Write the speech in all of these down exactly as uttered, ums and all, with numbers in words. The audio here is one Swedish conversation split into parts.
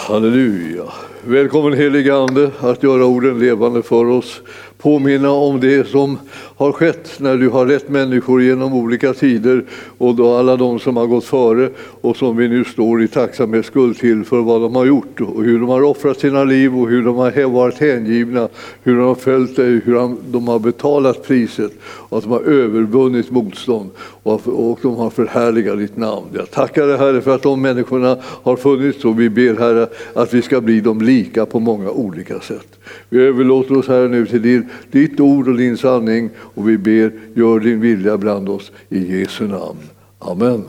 Halleluja. Välkommen helige Ande att göra orden levande för oss. Påminna om det som har skett när du har lett människor genom olika tider och då alla de som har gått före och som vi nu står i tacksamhetsskuld till för vad de har gjort och hur de har offrat sina liv och hur de har varit hängivna, hur de har följt dig, hur de har betalat priset och att de har övervunnit motstånd och de har förhärligat ditt namn. Jag tackar dig, Herre, för att de människorna har funnits och vi ber, Herre, att vi ska bli dem lika på många olika sätt. Vi överlåter oss här nu till din, ditt ord och din sanning och vi ber, gör din vilja bland oss i Jesu namn. Amen.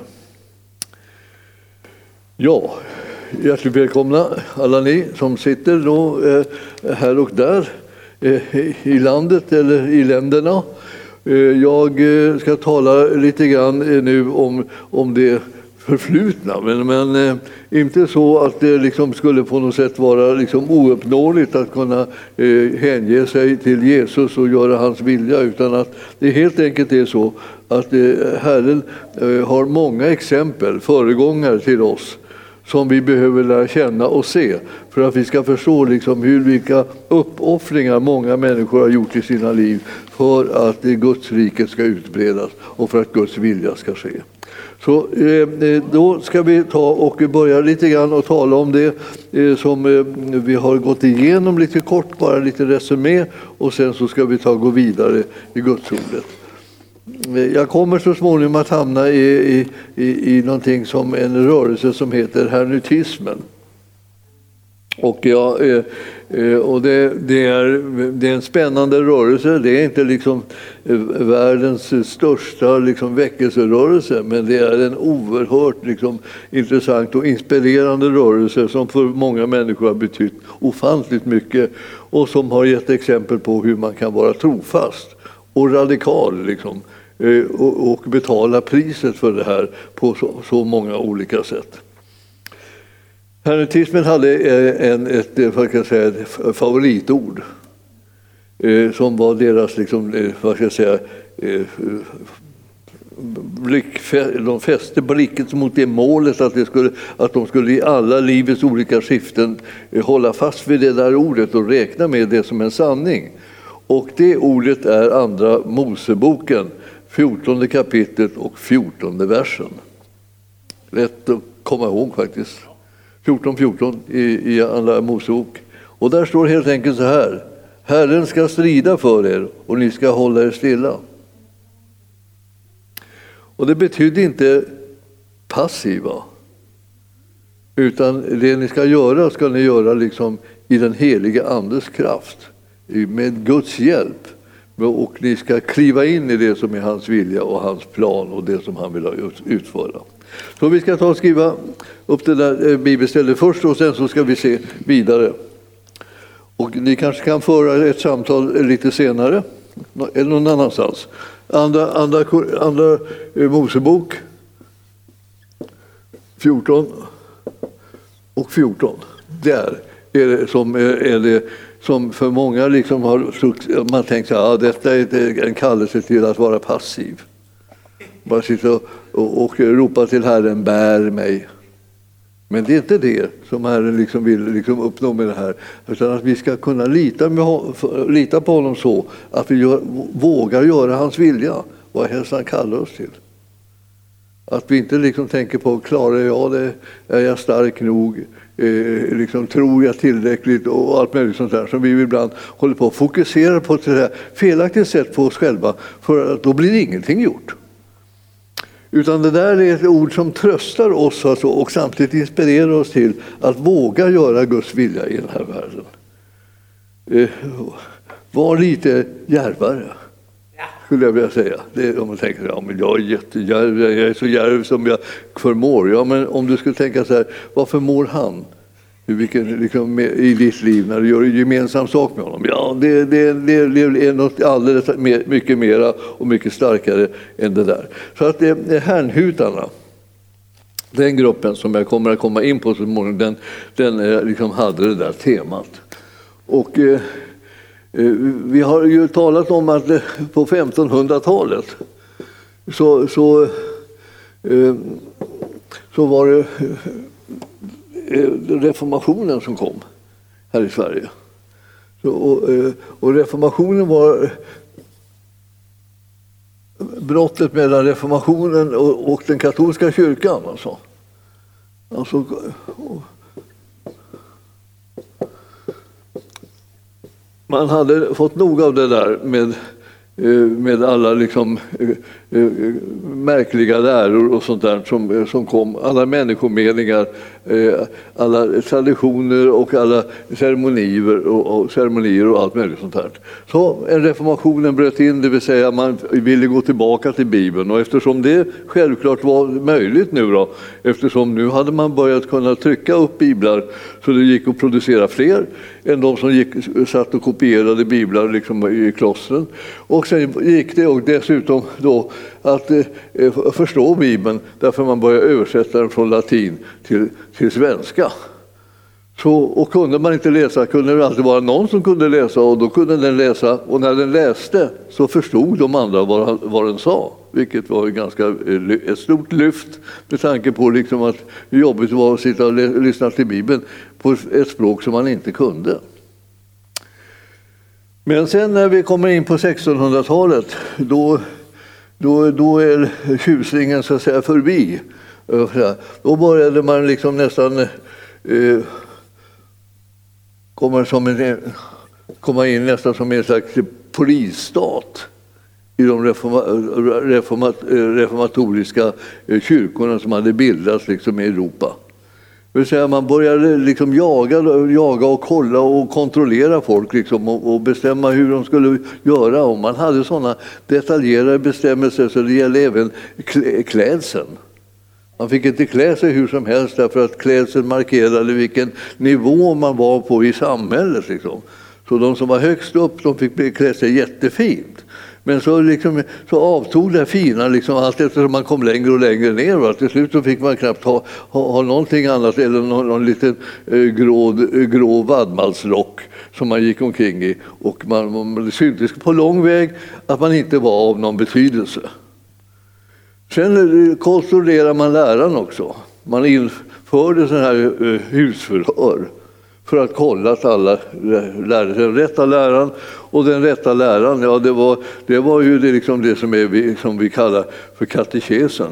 Ja, hjärtligt välkomna alla ni som sitter då, eh, här och där eh, i landet eller i länderna. Eh, jag eh, ska tala lite grann eh, nu om, om det förflutna, men, men eh, inte så att det liksom skulle på något sätt vara liksom ouppnåeligt att kunna eh, hänge sig till Jesus och göra hans vilja, utan att det helt enkelt är så att eh, Herren eh, har många exempel, föregångare till oss, som vi behöver lära känna och se för att vi ska förstå liksom hur vilka uppoffringar många människor har gjort i sina liv för att Guds rike ska utbredas och för att Guds vilja ska ske. Så eh, då ska vi ta och börja lite grann och tala om det eh, som eh, vi har gått igenom lite kort, bara lite resumé, och sen så ska vi ta och gå vidare i Guds ordet. Jag kommer så småningom att hamna i, i, i, i någonting som en rörelse som heter hernutismen. Och, ja, och det, det, är, det är en spännande rörelse. Det är inte liksom världens största liksom väckelserörelse, men det är en oerhört liksom intressant och inspirerande rörelse som för många människor har betytt ofantligt mycket och som har gett exempel på hur man kan vara trofast och radikal liksom, och, och betala priset för det här på så, så många olika sätt. Hernutismen hade en, ett, vad ska jag säga, ett favoritord eh, som var deras, liksom, vad ska jag säga, eh, blick, de fäste blicket mot det målet att, det skulle, att de skulle i alla livets olika skiften eh, hålla fast vid det där ordet och räkna med det som en sanning. Och det ordet är andra Moseboken, fjortonde kapitlet och fjortonde versen. Lätt att komma ihåg faktiskt. fjorton fjorton i, i andra Mosebok. Och där står helt enkelt så här: Herren ska strida för er och ni ska hålla er stilla. Och det betyder inte passiva, utan det ni ska göra ska ni göra liksom i den heliga andes kraft, med Guds hjälp, och ni ska kliva in i det som är hans vilja och hans plan och det som han vill utföra. Så vi ska ta och skriva upp det där bibelstället först och sen så ska vi se vidare. Och ni kanske kan föra ett samtal lite senare eller någon annanstans. Andra, andra, andra Mosebok fjorton och fjorton. Där är det som är det som för många liksom har, man tänker att ja, detta är en kallelse till att vara passiv. Bara sitta och, och, och ropa till Herren, bär mig. Men det är inte det som Herren liksom vill liksom uppnå med det här. Utan att vi ska kunna lita, med, lita på honom så att vi gör, vågar göra hans vilja. Vad helst han kallar oss till. Att vi inte liksom tänker på, klarar jag det? Är jag stark nog? Eh, liksom, tror jag tillräckligt? Och allt möjligt sånt där som vi ibland håller på att fokusera på ett sådär felaktigt sätt på oss själva. För att då blir ingenting gjort. Utan det där är ett ord som tröstar oss alltså, och samtidigt inspirerar oss till att våga göra Guds vilja i den här världen. Eh, var lite djärvare, skulle jag vilja säga. Det, om man tänker, ja, men jag är jättedjärv, jag är så djärv som jag förmår. Ja, men om du skulle tänka så här, vad förmår han? Vilken, liksom, i ditt liv när du gör gemensam sak med honom? Ja, det, det, det, det är något alldeles mer, mycket mera och mycket starkare än det där. Så att det är härnhutarna, den gruppen som jag kommer att komma in på så småningom, den, den liksom hade det där temat. Och eh, vi har ju talat om att på femtonhundratalet så, så, eh, så var det reformationen som kom här i Sverige. Så, och, och reformationen var brottet mellan reformationen och, och den katolska kyrkan. Alltså. Alltså, man hade fått nog av det där med, med alla liksom, märkliga läror och sånt där som, som kom. Alla människomeningar, alla traditioner och alla ceremonier och, och, ceremonier och allt möjligt sånt där. Så en reformationen bröt in, det vill säga man ville gå tillbaka till Bibeln. Och eftersom det självklart var möjligt nu då, eftersom nu hade man börjat kunna trycka upp biblar så det gick att producera fler än de som gick, satt och kopierade biblar liksom i klostren. Och sen gick det och dessutom då att eh, förstå Bibeln därför man började översätta den från latin till, till svenska. Så, och kunde man inte läsa kunde det alltid vara någon som kunde läsa och då kunde den läsa och när den läste så förstod de andra vad, vad den sa. Vilket var ganska ett stort lyft med tanke på liksom att hur jobbigt det var att sitta och lyssna till Bibeln på ett språk som man inte kunde. Men sen när vi kommer in på sextonhundratalet då, då, då är tjusningen så att säga förbi. Då började man liksom nästan eh, komma, som en, komma in nästan som en slags polisstat i de reforma, reforma, reformatoriska kyrkorna som hade bildats liksom i Europa. Det vill säga man började liksom jaga, jaga och kolla och kontrollera folk liksom och, och bestämma hur de skulle göra. Och man hade sådana detaljerade bestämmelser så det gällde även klädseln. Man fick inte klä sig hur som helst därför att klädseln markerade vilken nivå man var på i samhället. Liksom. Så de som var högst upp de fick klä sig jättefint. Men så, liksom, så avtog det fina liksom, allt eftersom man kom längre och längre ner. Va? Till slut så fick man knappt ha, ha, ha någonting annat eller någon, någon liten eh, grå, grå vadmalsrock som man gick omkring i. Och man, man, det syntes på lång väg att man inte var av någon betydelse. Sen kontrollerar man läran också. Man införde sån här eh, husförhör. För att kolla att alla lärde sig den rätta läran. Och den rätta läran, ja, det var, det var ju det, liksom det som, är, som vi kallar för katekesen.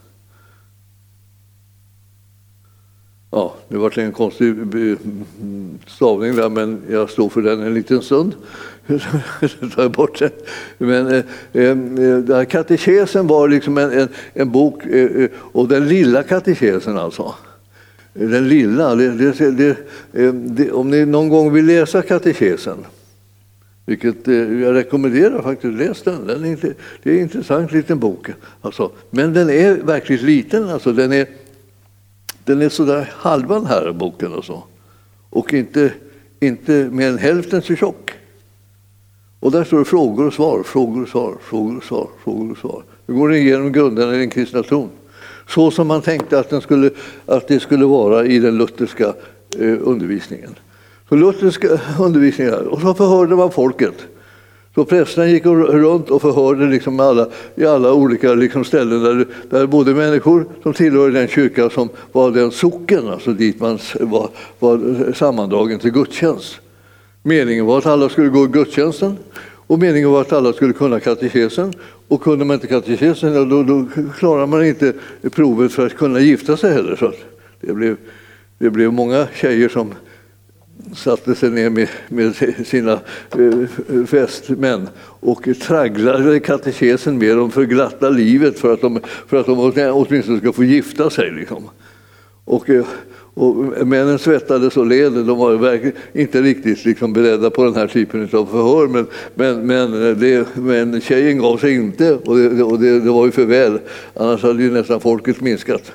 Ja, det var en konstig stavning där, men jag står för den en liten stund. tar jag bort det. Men eh, den här katekesen var liksom en, en, en bok, eh, och den lilla katekesen alltså. Den lilla, det, det, det, det, om ni någon gång vill läsa katekesen, vilket jag rekommenderar faktiskt, läs den. den är inte, det är en intressant liten bok. Alltså. Men den är verkligt liten, alltså. den, är, den är sådär halvan här boken. Alltså. Och inte, inte mer än hälften så tjock. Och där står det frågor och svar, frågor och svar, frågor och svar, frågor och svar. Det går igenom grunderna i den kristna tron. Så som man tänkte att, den skulle, att det skulle vara i den lutherska eh, undervisningen. Så lutherska undervisningen, och så förhörde man folket. Så prästerna gick runt och förhörde liksom alla, i alla olika liksom ställen där, där både människor som tillhörde den kyrka som var den socken, alltså dit man var, var sammandragen till gudstjänst. Meningen var att alla skulle gå i gudstjänsten och meningen var att alla skulle kunna katekesen. Och kunde man inte katekesen, då, då klarar man inte provet för att kunna gifta sig heller. Så det, blev, det blev många tjejer som satte sig ner med, med sina eh, fästmän och tragglade katekesen med dem för glatta livet för att de, för att de åtminstone ska få gifta sig. Liksom. Och, och männen svettades och led, de var verkligen inte riktigt liksom beredda på den här typen av förhör, men, men, men, det, men tjejen gav sig inte, och, det, och det, det var ju för väl, annars hade ju nästan folket minskat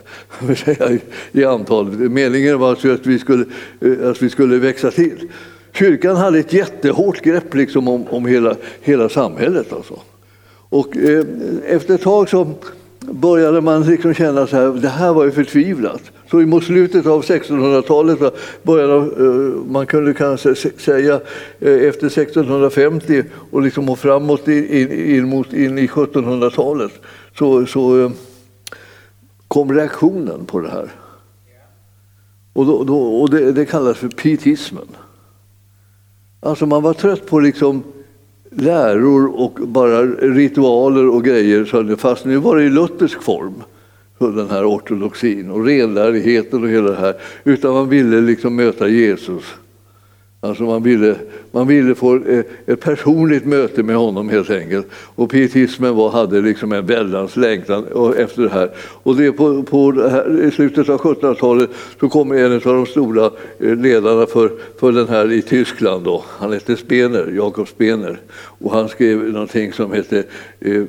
i antal. Meningen var att vi skulle, att vi skulle växa till. Kyrkan hade ett jättehårt grepp liksom om, om hela, hela samhället. Alltså. Och eh, efter ett tag så började man liksom känna så här, det här var ju förtvivlat. Så mot slutet av sextonhundratalet började man kunde kanske säga efter sextonhundrafemtio och liksom och framåt in, in, mot, in i sjuttonhundratalet så, så kom reaktionen på det här. Och, då, då, och det, det kallas för pietismen. Alltså man var trött på liksom läror och bara ritualer och grejer, fast nu var det i luthersk form för den här ortodoxin och renlärigheten och hela det här, utan man ville liksom möta Jesus. Alltså man ville, man ville få ett personligt möte med honom helt enkelt. Och pietismen var, hade liksom en väldans längtan efter det här. Och det på, på det här, i slutet av sjuttonhundratalet så kom en av de stora ledarna för, för den här i Tyskland. Då. Han hette Spener, Jakob Spener. Och han skrev någonting som hette eh,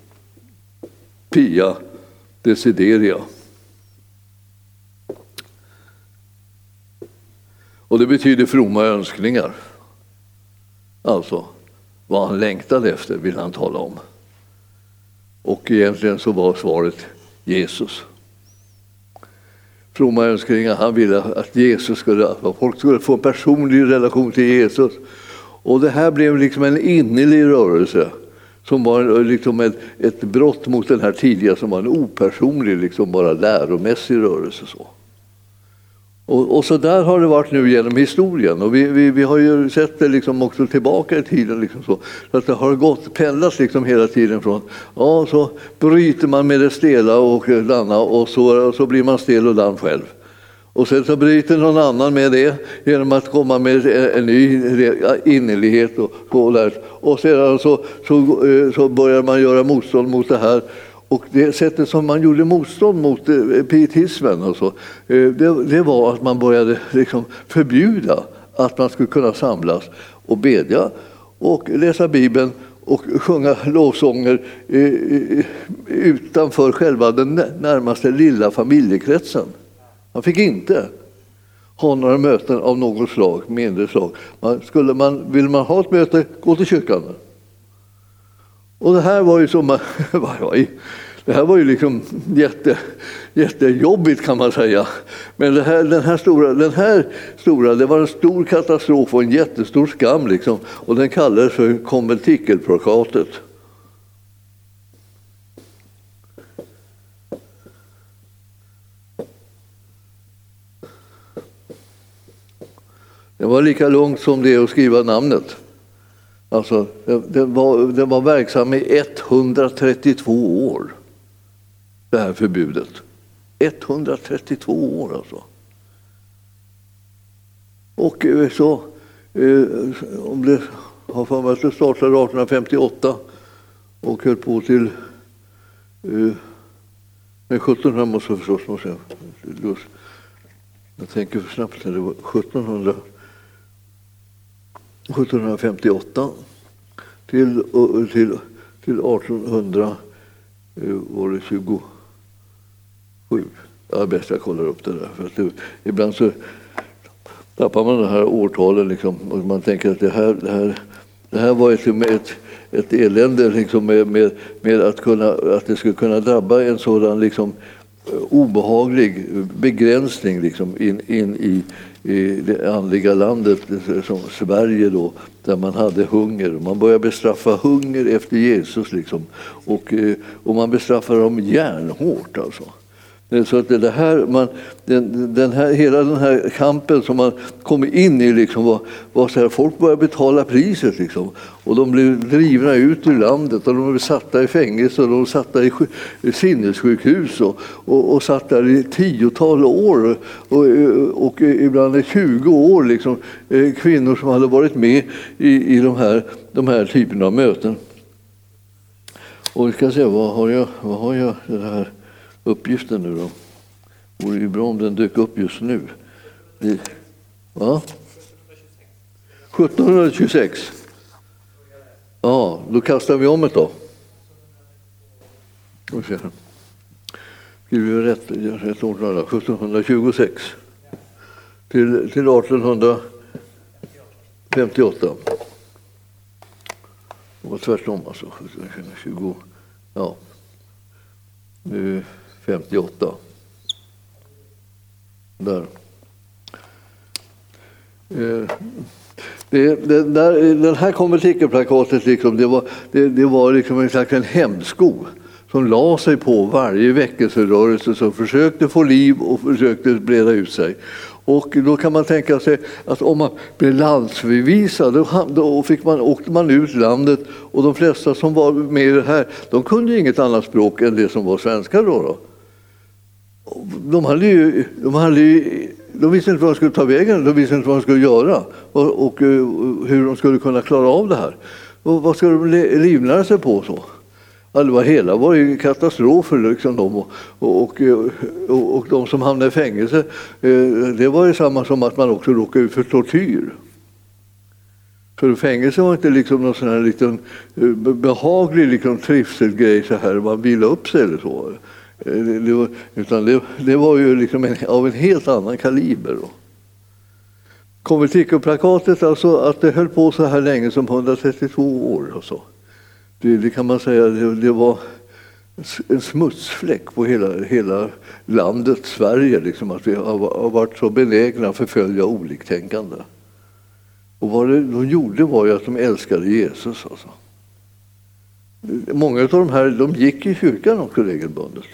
Pia Desideria. Och det betyder fromma önskningar. Alltså, vad han längtade efter vill han tala om. Och egentligen så var svaret Jesus. Fromma önskningar, han ville att Jesus skulle, att folk skulle få en personlig relation till Jesus. Och det här blev liksom en innerlig rörelse som var liksom ett, ett brott mot den här tidiga som var en opersonlig, liksom bara läromässig rörelse. Så. Och, och så där har det varit nu genom historien. Och vi, vi, vi har ju sett det liksom också tillbaka i tiden. Liksom så. Så att det har gått, pendlas liksom hela tiden från, ja så bryter man med det stela och lanna och så, och så blir man stel och lann själv. Och sen så bryter någon annan med det genom att komma med en ny innerlighet och så där. Och sedan så, så, så börjar man göra motstånd mot det här. Och det sättet som man gjorde motstånd mot pietismen och så, det, det var att man började liksom förbjuda att man skulle kunna samlas och bedja och läsa Bibeln och sjunga lovsånger utanför själva den närmaste lilla familjekretsen. Man fick inte ha några möten av något slag, mindre slag. Man, skulle man, vill man ha ett möte, gå till kyrkan. Och det här var ju som det här var ju liksom jätte, jättejobbigt kan man säga. Men det här, den, här stora, den här stora, det var en stor katastrof och en jättestor skam liksom. Och den kallades för konventikelplakatet. Det var lika långt som det att skriva namnet. Alltså, det var, det var verksam i etthundratrettiotvå år, det här förbudet. etthundratrettiotvå år alltså. Och så, om det har för mig att det startade arton femtioåtta och höll på till nej, sjuttonhundra måste jag förstås måste jag, jag tänker för snabbt, det var sjuttonhundra sjuttonhundrafemtioåtta till, till, till artonhundra var det tjugosju. Ja, bäst jag kollar upp det där. För att det, ibland så tappar man det här årtalen liksom, och man tänker att det här, det här, det här var ett, ett, ett elände liksom, med, med, med att, kunna, att det skulle kunna drabba en sådan liksom, obehaglig begränsning liksom, in, in i, i det andliga landet som Sverige då, där man hade hunger. Man började bestraffa hunger efter Jesus liksom, och, och man bestraffade dem järnhårt alltså. Så att det här, man, den, den här, hela den här kampen som man kom in i liksom var, var så här, folk började betala priset liksom, och de blev drivna ut ur landet och de blev satta i fängelse och de satta i, i sinnessjukhus och, och, och satt där i tiotal år och, och ibland i tjugo år liksom, kvinnor som hade varit med i, i de, här, de här typerna av möten. Och vi ska se, vad har jag, vad har jag det här uppgiften nu då? Det vore ju bra om den dök upp just nu. Det, va? sjuttonhundratjugosex. Ja, då kastar vi om det då. Okej. Skriver vi rätt, rätt ordnad. sjuttonhundratjugosex till, till artonhundrafemtioåtta. Det var tvärtom alltså. sjuttonhundratjugo, ja. Nu femtioåtta. Där. Det, det, där, den här konventikelplakatet liksom, det var, det, det var liksom en slags en hämsko som la sig på varje väckelserörelse som försökte få liv och försökte breda ut sig. Och då kan man tänka sig att om man blev landsförvisad, då, då fick man, åkte man ut landet, och de flesta som var med i det här, de kunde ju inget annat språk än det som var svenska då. då. De, hade ju, de, hade ju, de visste inte vad de skulle ta vägen, de visste inte vad de skulle göra och, och, och hur de skulle kunna klara av det här. Och vad skulle de livnära sig på så? Ja, det var hela var ju katastrofer liksom de, och, och, och, och de som hamnade i fängelse, det var ju samma som att man också råkade ut för tortyr. För fängelse var inte liksom någon sån här liten behaglig liksom trivselgrej så här, man vila upp sig eller så. Det, det var, utan det, det var ju liksom en, av en helt annan kaliber då. Konventikoplakatet, alltså att det höll på så här länge som hundratrettiotvå år och så. Det, det kan man säga, det, det var en smutsfläck på hela, hela landet Sverige, liksom, att vi har, har varit så benägna att förfölja oliktänkande. Och vad det, de gjorde var ju att de älskade Jesus. Alltså. Många av de här, de gick i kyrkan också regelbundet.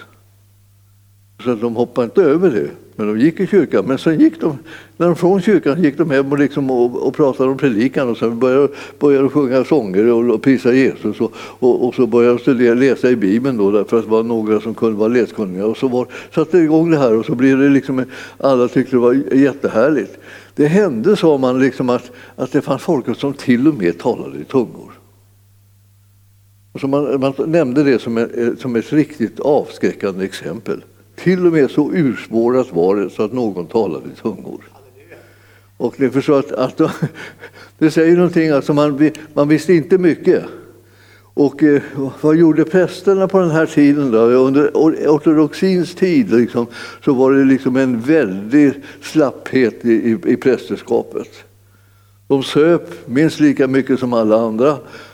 Så att de hoppade inte över det, men de gick i kyrkan. Men sen gick de, när de från kyrkan gick de hem och, liksom och, och pratade om predikan, och sen började, började sjunga sånger och, och prisa Jesus, och, och, och så började de läsa i Bibeln då, därför att det var några som kunde vara läskunniga, och så var, satte igång det här, och så blev det liksom, alla tyckte det var jättehärligt. Det hände, sa man, liksom att, att det fanns folk som till och med talade i tungor. Och så man, man nämnde det som ett, som ett riktigt avskräckande exempel. Till och med så urspårat var det så att någon talade i tungor. Och det förstår att, att det säger någonting, alltså man, man visste inte mycket. Och eh, vad gjorde prästerna på den här tiden då? Under ortodoxins tid liksom, så var det liksom en väldig slapphet i, i, i prästerskapet. De söp minst lika mycket som alla andra.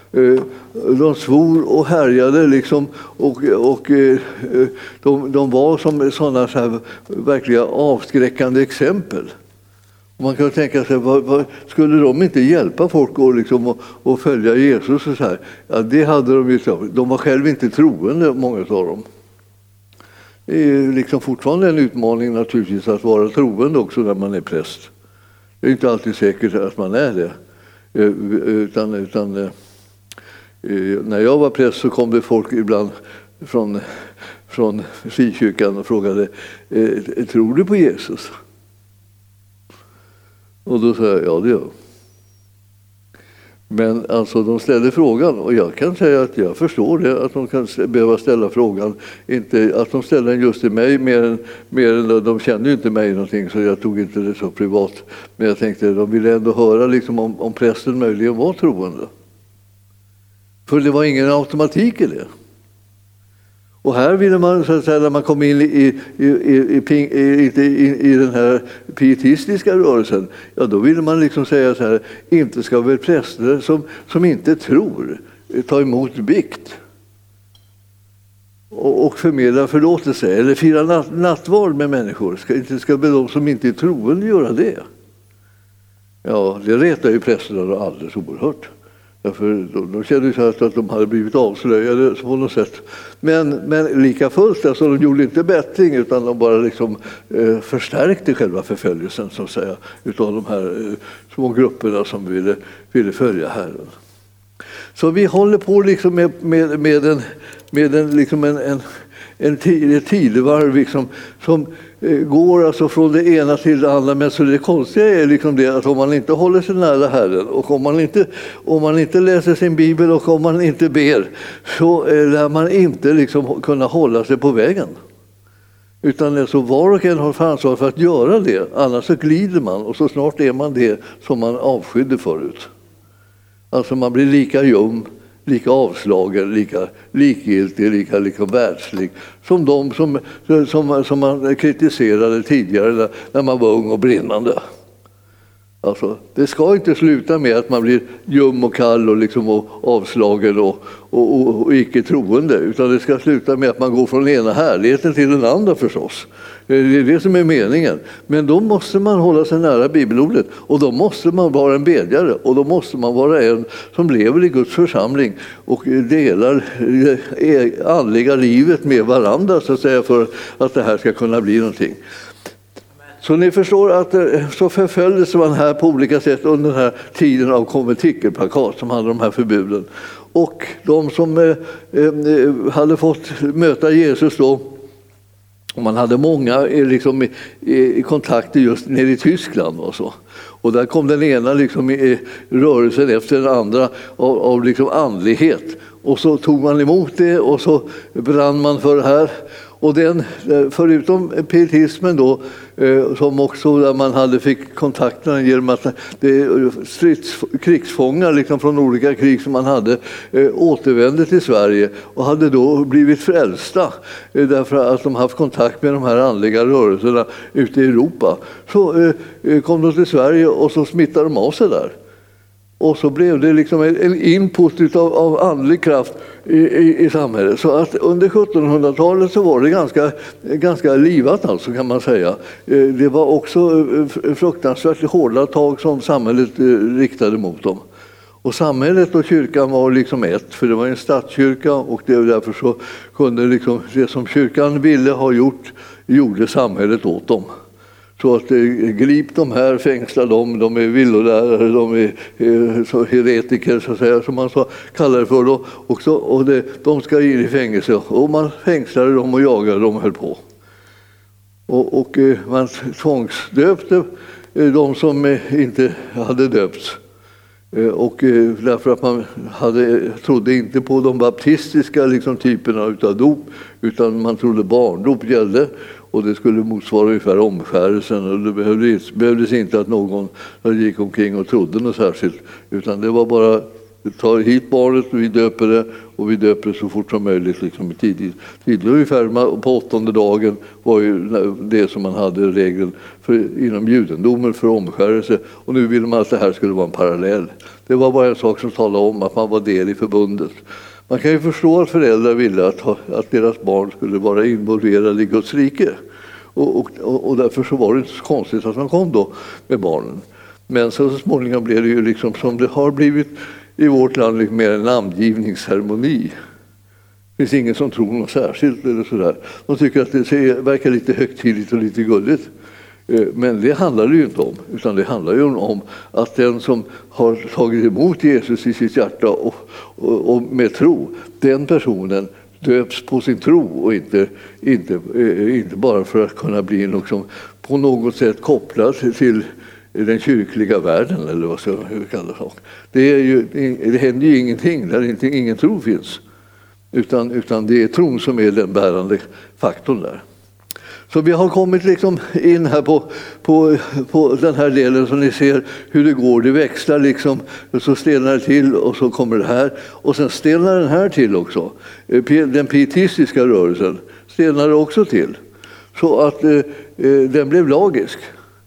De svor och härjade liksom, och, och de, de var som sådana så här verkliga avskräckande exempel. Och man kan tänka sig, vad, vad, skulle de inte hjälpa folk att liksom, och, och följa Jesus? Och så här? Ja, det hade de ju. De var själva inte troende, många av dem. Det är liksom fortfarande en utmaning naturligtvis att vara troende också när man är präst. Det är inte alltid säkert att man är det. Utan... utan när jag var präst så kom det folk ibland från, från frikyrkan och frågade, tror du på Jesus? Och då sa jag, ja det gör jag. Men alltså de ställde frågan, och jag kan säga att jag förstår det, att de kan behöva ställa frågan, inte att de ställer den just till mig, mer än, mer än de kände ju inte mig någonting, så jag tog inte det så privat. Men jag tänkte, de ville ändå höra liksom, om, om prästen möjligen var troende. För det var ingen automatik i det. Och här ville man, så att säga, när man kom in i, i, i, i, i, i, i den här pietistiska rörelsen, ja, då ville man liksom säga så här, inte ska väl präster som, som inte tror ta emot bikt och, och förmedla förlåtelse eller fira natt, nattvard med människor. Ska, inte ska väl de som inte är troende göra det? Ja, det retar ju prästerna alldeles oerhört. Därför de, de kände sig att de hade blivit avslöjade på något sätt. Men, men lika fullt, alltså, de gjorde inte bättring, utan de bara liksom, eh, förstärkte själva förföljelsen, så att säga, utav de här eh, små grupperna som ville, ville följa Herren. Så vi håller på liksom med, med, med, en, med en, liksom en, en, en tidevarv liksom, som går alltså från det ena till det andra. Men så det konstiga är liksom det att om man inte håller sig nära Herren, och om man inte, om man inte läser sin bibel och om man inte ber, så lär man inte liksom kunna hålla sig på vägen. Utan så var och en har ansvar för att göra det, annars så glider man, och så snart är man det som man avskydde förut. Alltså man blir lika ljum, lika avslagen, lika likgiltig, lika liksom världslig som de som, som, som man kritiserade tidigare när man var ung och brinnande. Alltså, det ska inte sluta med att man blir ljum och kall och, liksom och avslagen och, och, och, och icke troende, utan det ska sluta med att man går från ena härligheten till den andra förstås. Det är det som är meningen. Men då måste man hålla sig nära bibelordet, och då måste man vara en bedjare, och då måste man vara en som lever i Guds församling och delar det andliga livet med varandra, så att säga, för att det här ska kunna bli någonting. Så ni förstår att så förföljdes man här på olika sätt under den här tiden av konventikelplakat som hade de här förbuden. Och de som eh, hade fått möta Jesus då, och man hade många liksom, i, i, i kontakter just nere i Tyskland och så. Och där kom den ena liksom, i rörelsen efter den andra av, av liksom, andlighet. Och så tog man emot det och så brann man för det här. Och den, förutom pietismen då, som också där man hade fick kontakterna genom att det strids, krigsfångar liksom från olika krig som man hade återvände till Sverige och hade då blivit frälsta därför att de haft kontakt med de här andliga rörelserna ute i Europa. Så kom de till Sverige och så smittade de av sig där. Och så blev det liksom en input av, av andlig kraft i, i, i samhället. Så att under sjuttonhundratalet så var det ganska, ganska livat alltså, kan man säga. Det var också fruktansvärt hårda tag som samhället riktade mot dem. Och samhället och kyrkan var liksom ett, för det var en statskyrka och det var därför så kunde liksom det som kyrkan ville ha gjort, gjorde samhället åt dem. Så att grip de här, fängsla dem, de är villolärare, de är, är så heretiker så att säga, som man så kallar det för då också, och det, de ska in i fängelse och man fängslade dem och jagade dem och höll på. Och, och man tvångsdöpte de som inte hade döpts. Och därför att man hade, trodde inte på de baptistiska liksom, typerna av dop, utan man trodde barndop gällde. Och det skulle motsvara ungefär omskärelsen. Och det behövdes, behövdes inte att någon gick omkring och trodde något särskilt. Utan det var bara att ta hit barnet och vi döper det. Och vi döper det så fort som möjligt. Liksom tidigt. Tidigt ungefär på åttonde dagen var ju det som man hade regeln för, inom judendomen för omskärelse. Och nu ville man att det här skulle vara en parallell. Det var bara en sak som talade om att man var del i förbundet. Man kan ju förstå att föräldrar ville att, att deras barn skulle vara involverade i Guds rike. Och, och, och därför så var det inte så konstigt att man kom då med barnen. Men så, så småningom blev det ju liksom som det har blivit i vårt land liksom mer en namngivningsceremoni. Det finns ingen som tror något särskilt eller sådär. De tycker att det ser, verkar lite högtidligt och lite gulligt. Men det handlar det ju inte om, utan det handlar ju om att den som har tagit emot Jesus i sitt hjärta och, och, och med tro, den personen döps på sin tro och inte, inte, inte bara för att kunna bli liksom på något sätt kopplad till den kyrkliga världen eller vad ska vi kalla det. Det, är ju, det händer ju ingenting där inte, ingen tro finns, utan, utan det är tron som är den bärande faktorn där. Så vi har kommit liksom in här på, på, på den här delen så ni ser hur det går. Det växlar liksom, och så stelnar det till och så kommer det här. Och sen stelnar den här till också. Den pietistiska rörelsen stelnar också till. Så att eh, den blev lagisk.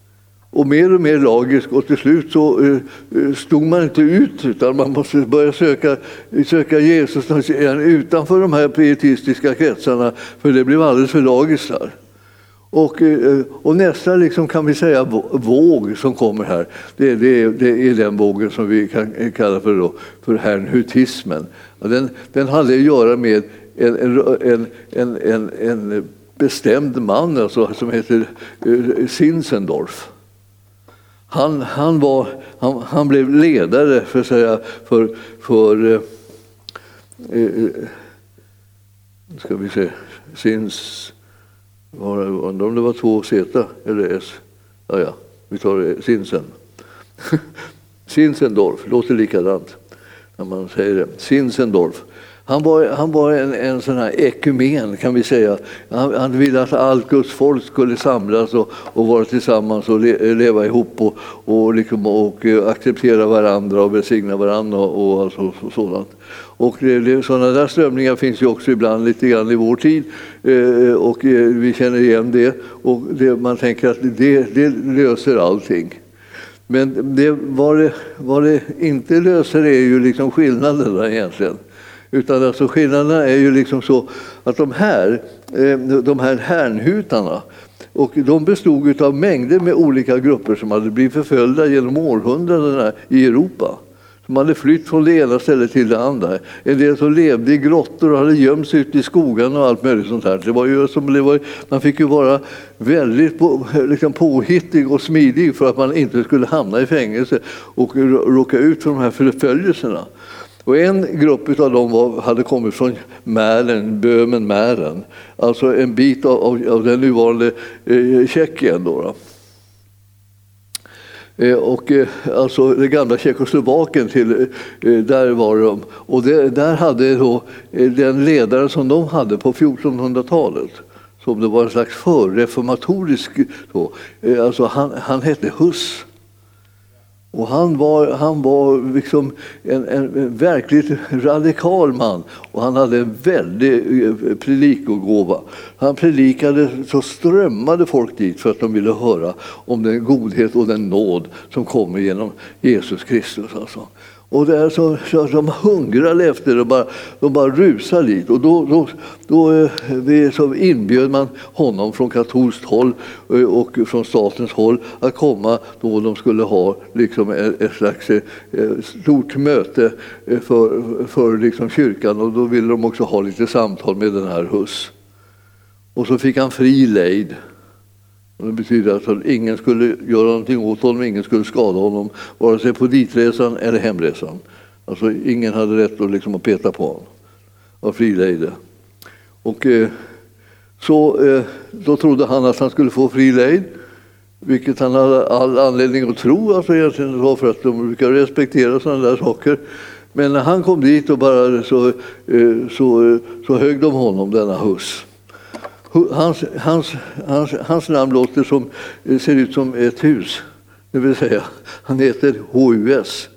Och mer och mer lagisk och till slut så eh, stod man inte ut utan man måste börja söka, söka Jesus utanför de här pietistiska kretsarna för det blev alldeles för lagiskt där. Och, och nästa liksom kan vi säga våg som kommer här, det, det, det är den vågen som vi kan kalla för, då, för herrnhutismen. Den, den hade att göra med en, en, en, en, en bestämd man alltså, som heter Zinzendorf. Han, han, var, han, han blev ledare för, säga, för, för eh, eh, ska vi se, Zins undrar om det var två Z eller S. Ja, ja, vi tar Zinsen. Zinzendorf, låter likadant när man säger det. Zinzendorf. Han var, han var en, en sån här ekumen kan vi säga. Han, han ville att allt Guds folk skulle samlas och, och vara tillsammans och le, leva ihop och, och, liksom, och acceptera varandra och välsigna varandra och, och, alltså, och sådant. Och det, det, sådana där strömningar finns ju också ibland lite grann i vår tid eh, och eh, vi känner igen det och det, man tänker att det, det löser allting. Men det, vad, det, vad det inte löser är ju liksom skillnaderna egentligen. Utan alltså skillnaderna är ju liksom så att de här, de här härnhutarna, och de bestod av mängder med olika grupper som hade blivit förföljda genom århundradena i Europa. som hade flytt från det ena stället till det andra. En del som levde i grottor och hade gömts ut i skogen och allt möjligt sånt här. Det var ju som, det var, man fick ju vara väldigt på, liksom påhittig och smidig för att man inte skulle hamna i fängelse och råka ut för de här förföljelserna. Och en grupp av dem var, hade kommit från Mären, Böhmen, Mären. Alltså en bit av, av, av den nuvarande eh, Tjeckien då. då. Eh, och eh, alltså det gamla Tjeckoslovakien till eh, där var de. Och det, där hade då eh, den ledare som de hade på fjortonhundratalet, som det var en slags förreformatorisk då, eh, alltså han, han hette Huss. Och han var, han var liksom en, en verkligt radikal man, och han hade en väldig predikogåva. Han predikade så strömmade folk dit för att de ville höra om den godhet och den nåd som kommer genom Jesus Kristus. Alltså. Och det är så, så de hungrade efter det, bara, de bara rusade dit. Och då, då, då det, så inbjöd man honom från katolskt håll och från statens håll att komma då de skulle ha liksom ett, ett slags ett stort möte för, för liksom kyrkan. Och då ville de också ha lite samtal med den här Huss. Och så fick han fri lejd. Det betyder att ingen skulle göra någonting åt honom, ingen skulle skada honom, vare sig på ditresan eller hemresan. Alltså ingen hade rätt att, liksom, att peta på honom av frilejde. Och eh, så eh, då trodde han att han skulle få fri lejd, vilket han hade all anledning att tro, alltså egentligen var för att de brukar respektera sådana där saker. Men när han kom dit och bara så, eh, så, så högg de honom, denna Huss. Hans, hans, hans, hans namn låter som, ser ut som ett hus, det vill säga han heter H U S.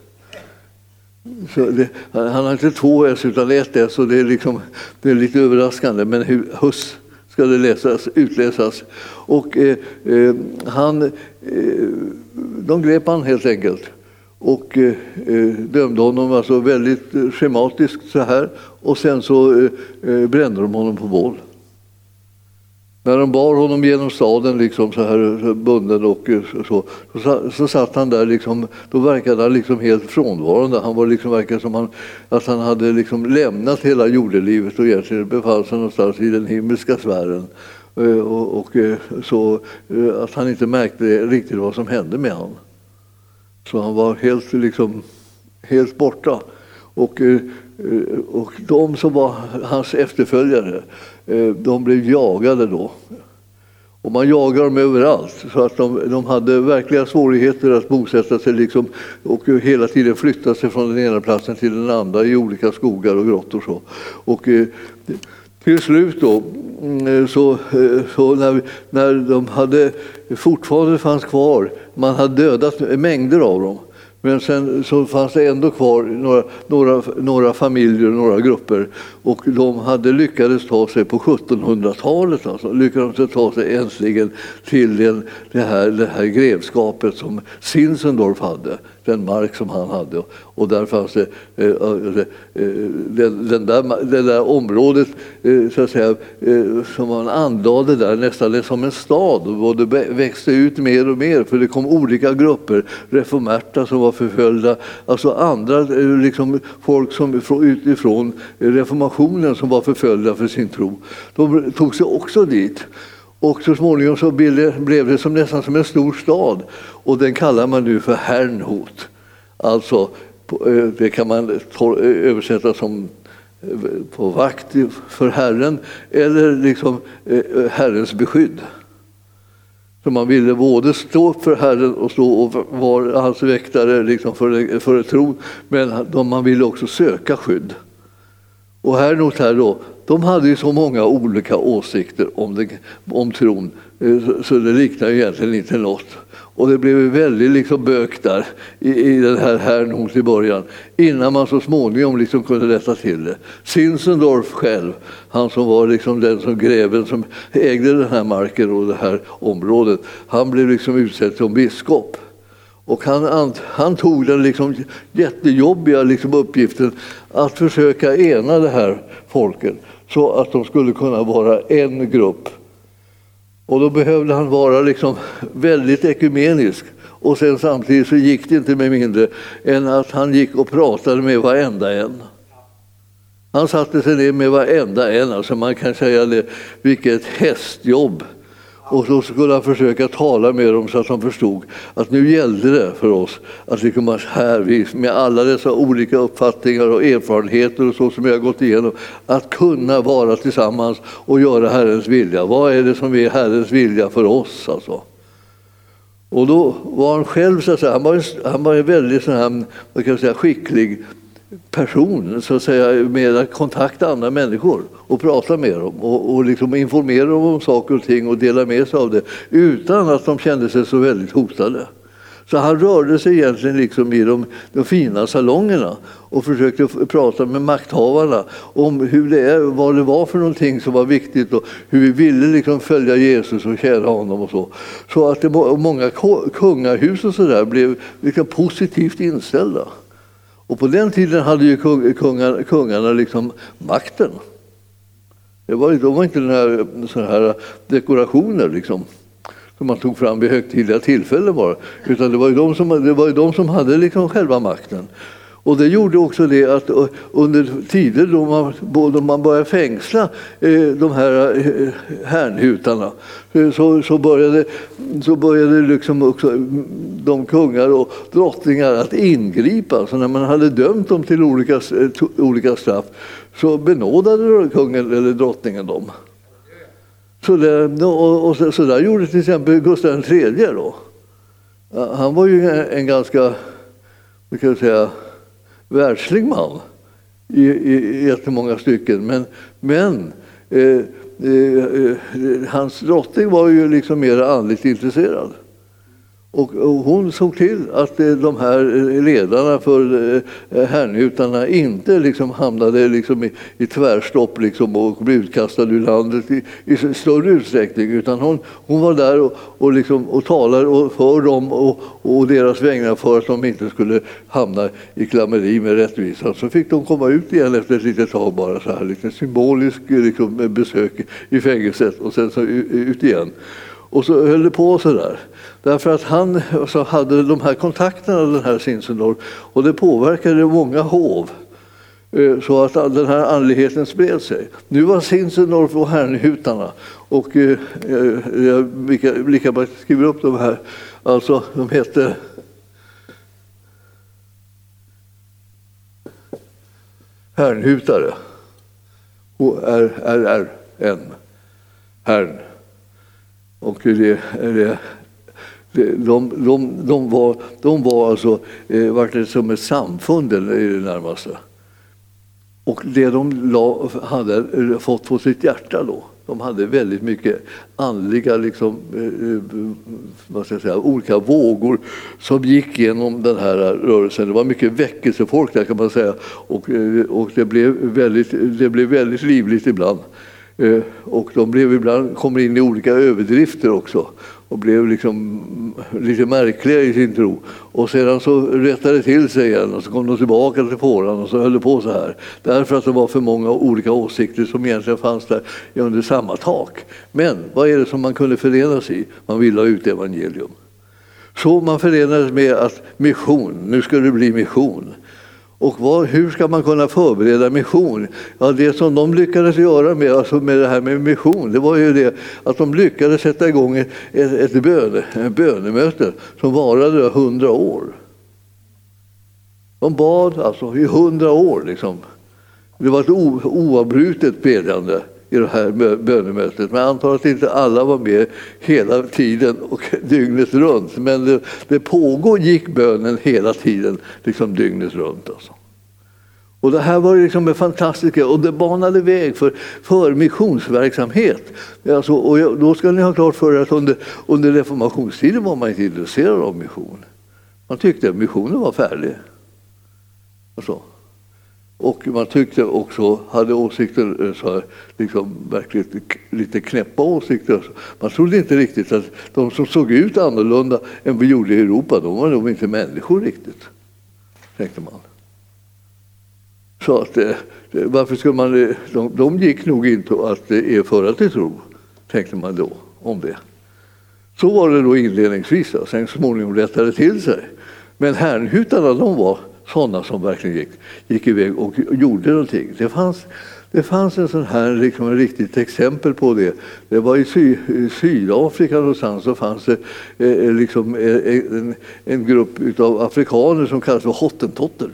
Så det, han har inte två S utan ett S, och det är, liksom, det är lite överraskande, men Huss ska det läsas, utläsas. Och eh, eh, han, eh, de grep han helt enkelt och eh, dömde honom alltså väldigt schematiskt så här, och sen så eh, brände de honom på bål. När de bar honom genom staden liksom så här bunden och så, så, så satt han där liksom, då verkade han liksom helt frånvarande. Han var liksom verkade som han, att han hade liksom lämnat hela jordelivet och egentligen befann sig någonstans i den himmelska sfären. Och, och så att han inte märkte riktigt vad som hände med honom. Så han var helt liksom helt borta. Och, och de som var hans efterföljare, de blev jagade då. Och man jagar dem överallt, så att de, de hade verkliga svårigheter att bosätta sig liksom, och hela tiden flytta sig från den ena platsen till den andra i olika skogar och grottor. Så. Och till slut då, så, så när, när de hade fortfarande fanns kvar, man hade dödat mängder av dem. Men sen så fanns det ändå kvar några, några, några familjer, några grupper, och de hade lyckats ta sig på sjuttonhundratalet, alltså lyckades ta sig äntligen till den, det, här, det här grevskapet som Zinzendorf hade, den mark som han hade, och där fanns det eh, eh, den, den där, det där området eh, så att säga, eh, som man anlade där nästan som en stad, och det växte ut mer och mer, för det kom olika grupper, reformerta som var förföljda, alltså andra liksom, folk som utifrån reformationen som var förföljda för sin tro. De tog sig också dit. Och så småningom så blev det som nästan som en stor stad, och den kallar man nu för Herrnhut. Alltså det kan man översätta som på vakt för Herren, eller liksom Herrens beskydd. Så man ville både stå för Herren och stå och vara hans väktare liksom för, för tron, men man ville också söka skydd. Och här något här då, de hade ju så många olika åsikter om, det, om tron, så det liknar ju egentligen inte något. Och det blev väldigt liksom bök där i, i den här Herrnhut i början, innan man så småningom liksom kunde rätta till det. Zinzendorf själv, han som var liksom den som greven som ägde den här marken och det här området, han blev liksom utsedd som biskop. Och han, han tog den liksom jättejobbiga liksom uppgiften att försöka ena det här folket så att de skulle kunna vara en grupp. Och då behövde han vara liksom väldigt ekumenisk Och sen samtidigt så gick det inte med mindre än att han gick och pratade med varenda en. Han satte sig ner med varenda en. Alltså man kan säga det, vilket hästjobb. Och så skulle han försöka tala med dem så att de förstod att nu gällde det för oss att vi kommer här med alla dessa olika uppfattningar och erfarenheter och så som jag har gått igenom, att kunna vara tillsammans och göra Herrens vilja. Vad är det som är Herrens vilja för oss alltså? Och då var han själv, så att säga, han var en, han var en väldigt sån här, vad kan jag säga, skicklig person, så att säga, med att kontakta andra människor och prata med dem och, och liksom informera dem om saker och ting och dela med sig av det utan att de kände sig så väldigt hotade. Så han rörde sig egentligen liksom i de, de fina salongerna och försökte prata med makthavarna om hur det är, vad det var för någonting som var viktigt och hur vi ville liksom följa Jesus och tjäna honom och så. Så att det, många kungahus och så där blev liksom positivt inställda. Och på den tiden hade ju kungarna, kungarna liksom makten. Det var, de var inte den här, sån här dekorationer liksom, som man tog fram vid högtidliga tillfällen bara. Utan det var ju de som, det var ju de som hade liksom själva makten. Och det gjorde också det att under tider då man, då man började fängsla de här härnhutarna så, så började, så började liksom också de kungar och drottningar att ingripa. Så när man hade dömt dem till olika, olika straff så benådade kungen eller drottningen dem. Så, det, och, och så, så där gjorde till exempel Gustav den tredje då. Han var ju en, en ganska, vad kan jag säga, världslig man i, i, i jättemånga stycken. Men, men eh, eh, hans drottning var ju liksom mer andligt intresserad. Och, och hon såg till att de här ledarna för härnhutarna inte liksom hamnade liksom i, i tvärstopp liksom och blev utkastade ur landet i, i större utsträckning. Utan hon, hon var där och, och, liksom, och talade för dem och, och deras vägnar för att de inte skulle hamna i klammeri med rättvisan. Så fick de komma ut igen efter ett litet tag, bara så här lite symbolisk liksom, besök i fängelset och sen så ut igen. Och så höll det på så där. Därför att han så hade de här kontakterna, den här Zinzendorf, och det påverkade många hov. Så att den här andligheten spred sig. Nu var Zinzendorf och härnhutarna. Och eh, jag lika, lika bara skriver upp de här. Alltså, de hette härnhutare. H R R R N. Härn. Och det, det, de, de, de, var, de var alltså eh, vart det som ett samfund i det närmaste. Och det de la, hade fått på sitt hjärta då, de hade väldigt mycket andliga liksom, eh, vad ska jag säga, olika vågor som gick genom den här rörelsen. Det var mycket väckelsefolk där kan man säga. Och, och det, blev väldigt, det blev väldigt livligt ibland. Och de blev ibland, kom in i olika överdrifter också och blev liksom lite märkliga i sin tro. Och sedan så rättade det till sig igen och så kom de tillbaka till fåran och så höll det på så här. Därför att det var för många olika åsikter som egentligen fanns där under samma tak. Men vad är det som man kunde förenas i? Man ville ha ut evangelium. Så man förenades med att mission, nu ska det bli mission. Och vad, hur ska man kunna förbereda mission? Ja, det som de lyckades göra med, alltså med det här med mission, det var ju det att de lyckades sätta igång ett, ett, böne, ett bönemöte som varade hundra år. De bad alltså i hundra år. Liksom. Det var ett o, oavbrutet bedjande i det här bönemötet. Men jag antar att inte alla var med hela tiden och dygnet runt. Men det, det pågick bönen hela tiden, liksom dygnet runt. Alltså. Och det här var liksom en fantastisk, och det banade väg för, för missionsverksamhet. Alltså, och då ska ni ha klart för er att under, under reformationstiden var man inte intresserad av mission. Man tyckte att missionen var färdig. Alltså. Och man tyckte också, hade åsikter, så här, liksom verkligen lite knäppa åsikter. Man trodde inte riktigt att de som såg ut annorlunda än vi gjorde i Europa, de var nog inte människor riktigt, tänkte man. Så att, varför ska man, de, de gick nog inte att erföra till tro, tänkte man då om det. Så var det då inledningsvis, och sen småningom rättade till sig. Men härnhutarna, de var sådana som verkligen gick, gick iväg och gjorde någonting. Det fanns, det fanns en sån här liksom, en riktigt exempel på det. Det var i, Sy, i Sydafrika någonstans, så fanns det eh, liksom, eh, en, en grupp av afrikaner som kallas för hottentotter.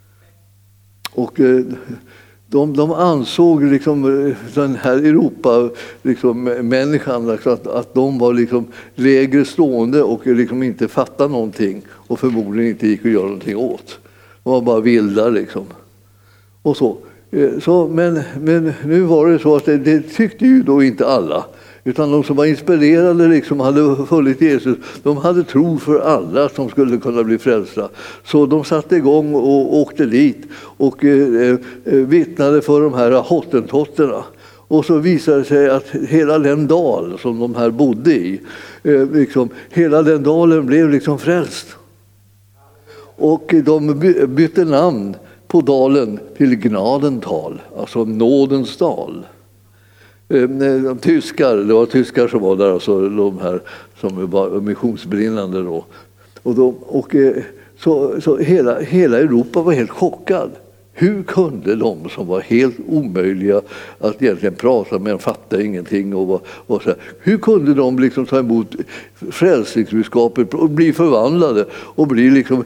Och eh, de, de ansåg liksom, den här Europa liksom, människan liksom, att, att de var liksom, lägre stående och liksom, inte fattade någonting och förmodligen inte gick att göra någonting åt. De var bara vilda liksom. Och så. Så, men, men nu var det så att det, det tyckte ju då inte alla. Utan de som var inspirerade liksom hade följt Jesus, de hade tro för alla att de skulle kunna bli frälsta. Så de satte igång och åkte dit och eh, vittnade för de här hottentotterna. Och så visade det sig att hela den dal som de här bodde i, eh, liksom, hela den dalen blev liksom frälst. Och de bytte namn på dalen till Gnadental, alltså nådens dal. De tyskar, det var tyskar som var där, alltså de här som var missionsbrinnande då. Och, de, och så, så hela, hela Europa var helt chockad. Hur kunde de som var helt omöjliga att egentligen prata med, fatta ingenting och var, var så här, hur kunde de liksom ta emot frälsningsbudskapet och bli förvandlade och bli liksom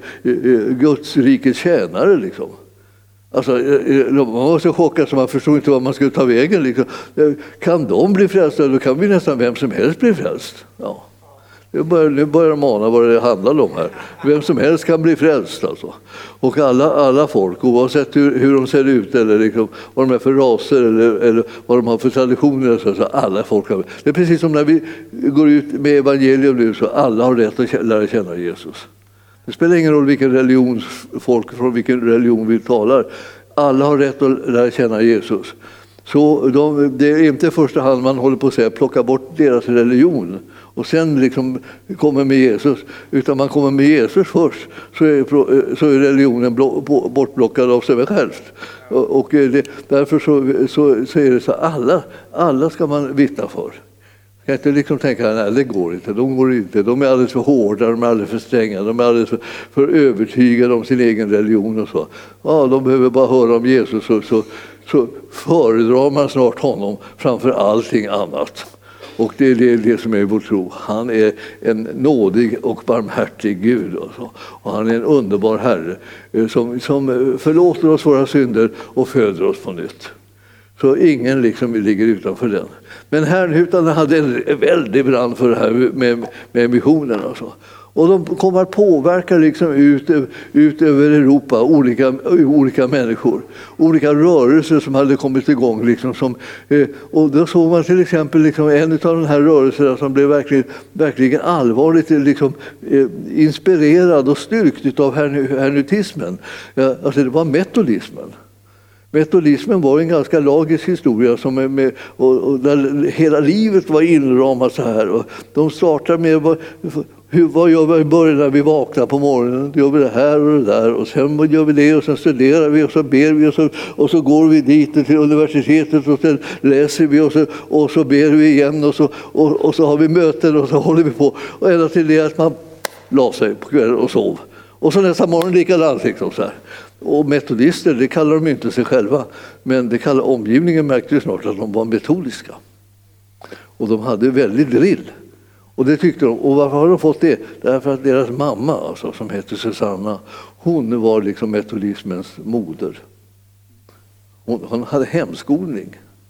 Guds rikets tjänare liksom? Alltså, man var så chockad så man förstod inte vad man skulle ta vägen. Liksom. Kan de bli frälsta, då kan vi nästan vem som helst bli frälst. Ja. Nu börjar, nu börjar de ana vad det handlar om här. Vem som helst kan bli frälst. Alltså. Och alla, alla folk, oavsett hur, hur de ser ut eller liksom, vad de är för raser eller, eller vad de har för traditioner. Så, så alla folk har, det är precis som när vi går ut med evangelium nu, så alla har rätt att lära känna Jesus. Det spelar ingen roll vilken religion folk från vilken religion vi talar. Alla har rätt att lära känna Jesus. Så de, det är inte i första hand man håller på att säga plocka bort deras religion och sen liksom kommer med Jesus, utan man kommer med Jesus först, så är, så är religionen bortblockad av sig själv. Och det, därför så, så, så är det så alla, alla ska man vittna för. Jag kan inte liksom tänka, nej det går inte, de går inte, de är alldeles för hårda, de är alldeles för stränga, de är alldeles för, för övertygade om sin egen religion och så. Ja, de behöver bara höra om Jesus, så, så, så föredrar man snart honom framför allting annat. Och det är det, det som är vår tro. Han är en nådig och barmhärtig Gud. Och, så. Och han är en underbar Herre som, som förlåter oss våra synder och föder oss på nytt. Så ingen liksom ligger utanför den. Men härnhutarna hade en väldig brand för det här med, med missionen och så. Och de kommer att påverka liksom ut, ut över Europa, olika, olika människor. Olika rörelser som hade kommit igång. Liksom som, och då såg man till exempel liksom en av de här rörelserna som blev verkligen, verkligen allvarligt liksom, inspirerad och styrkt av hernutismen. Alltså det var metodismen. Metodismen var en ganska logisk historia som är med, och, och där hela livet var inramat så här. Och de startar med vad, hur, vad gör vi i början när vi vaknar på morgonen? Då gör vi det här och det där och sen gör vi det och sen studerar vi och så ber vi och så, och så går vi dit till universitetet och sen läser vi och så, och så ber vi igen och så, och, och så har vi möten och så håller vi på. Och ända till det att man la sig på kvällen och sov. Och så nästa morgon likadant liksom så här. Och metodister, det kallar de inte sig själva, men det kallar omgivningen märkte snart att de var metodiska. Och de hade väldigt drill. Och det tyckte de. Och varför har de fått det? Därför att deras mamma, alltså, som heter Susanna, hon var liksom metodismens moder. Hon, hon hade hemskolning.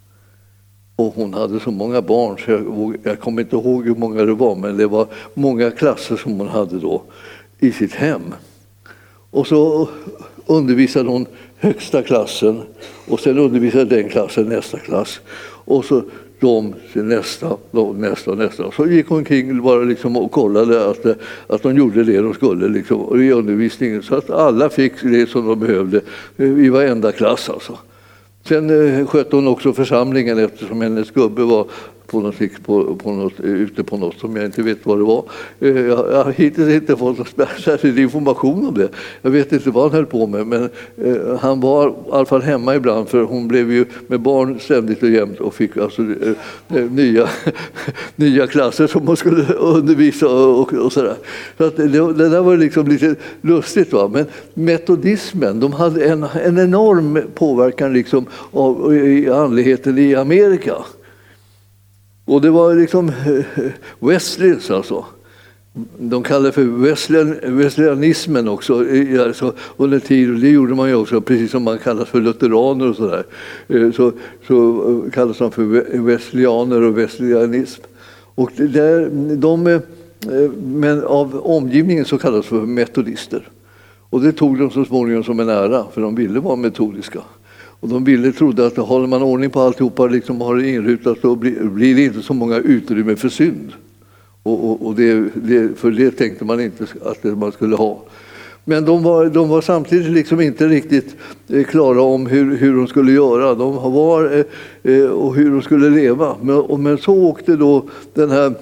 Och hon hade så många barn, så jag, jag kommer inte ihåg hur många det var, men det var många klasser som hon hade då i sitt hem. Och så undervisade hon högsta klassen och sen undervisade den klassen nästa klass och så de till nästa, de, nästa och nästa. Så gick hon kring bara liksom och kollade att, att de gjorde det de skulle liksom, i undervisningen, så att alla fick det som de behövde i varenda klass. Alltså. Sen skötte hon också församlingen eftersom hennes gubbe var på något, på, på något, ute på något som jag inte vet vad det var. Jag, jag har hittills inte fått någon särskild information om det. Jag vet inte vad han höll på med, men eh, han var i alla fall hemma ibland, för hon blev ju med barn ständigt och jämt och fick alltså eh, nya, nya klasser som hon skulle undervisa och, och, och sådär. Så att det, det där var liksom lite lustigt, va? Men metodismen, de hade en, en enorm påverkan liksom av i andligheten i Amerika. Och det var liksom Wesleys, alltså. De kallade det för Wesleyan, Wesleyanismen också alltså, under tid, och det gjorde man ju också, precis som man kallas för lutheraner och sådär. Så, så kallas de för Wesleyaner och Wesleyanism. Och där, de, men av omgivningen så kallas för metodister. Och det tog de så småningom som en ära, för de ville vara metodiska. Och de ville, trodde att håller man ordning på alltihopa, liksom har det inrutat, så blir, blir det inte så många utrymme för synd. Och, och, och det, det, för det tänkte man inte att man skulle ha. Men de var, de var samtidigt liksom inte riktigt klara om hur, hur de skulle göra. De var eh, och hur de skulle leva. Men, och, men så åkte då den här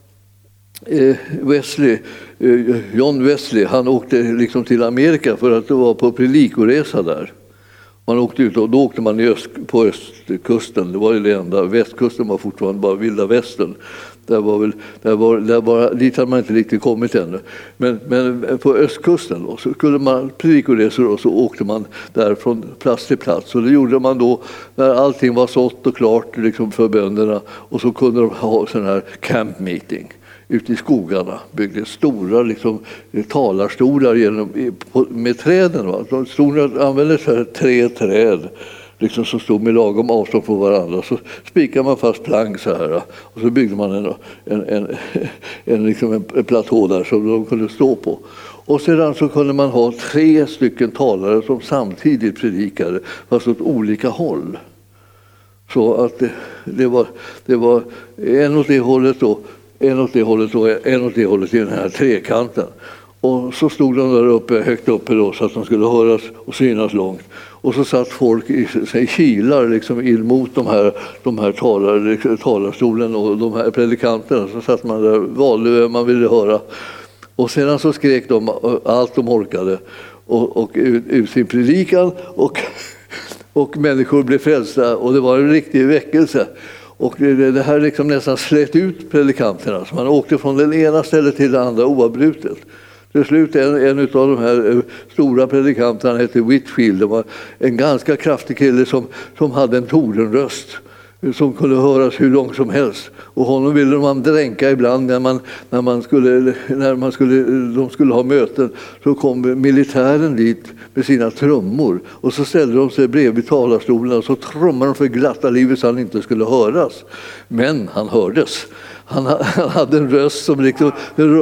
eh, Wesley, eh, John Wesley, han åkte liksom till Amerika för att det var på predikoresa där. Man åkte ut, och då åkte man i öst, på östkusten. Det var ju det enda. Västkusten var fortfarande bara vilda västern. Där var väl, där var, där var, dit hade man inte riktigt kommit ännu. Men, men på östkusten då, så skulle man predikoresor, och så åkte man där från plats till plats. Och det gjorde man då när allting var sått och klart liksom för bönderna. Och så kunde de ha sån här camp meeting. Ute i skogarna byggde stora liksom, talarstolar genom, med träden. Va? De stod, använde så här tre träd liksom, som stod med lagom avstånd från varandra. Så spikade man fast plank så här, och så byggde man en, en, en, en, liksom en, en platå där som de kunde stå på. Och sedan så kunde man ha tre stycken talare som samtidigt predikade, fast åt olika håll. Så att det, det, var, det var en åt det hållet då, en åt det hållet och en åt det hållet i den här trekanten. Och så stod de där uppe, högt uppe då, så att de skulle höras och synas långt. Och så satt folk i sig kilar liksom in mot de här, de här talar, talarstolen och de här predikanterna. Så satt man där, valde vem man ville höra. Och sedan så skrek de allt de orkade och, och ut, ut sin predikan, och, och människor blev frälsta, och det var en riktig väckelse. Och det, det här liksom nästan slet ut predikanterna. Så man åkte från den ena stället till det andra oavbrutet. Till slut en, en av de här stora predikanterna hette Whitfield. Det var en ganska kraftig kille som, som hade en torenröst som kunde höras hur långt som helst. Och honom ville man dränka ibland när man, när man skulle, när man skulle, de skulle ha möten. Så kom militären dit med sina trummor, och så ställde de sig bredvid talarstolen och så trummade de för glatta livet så han inte skulle höras. Men han hördes. Han hade en röst som liksom,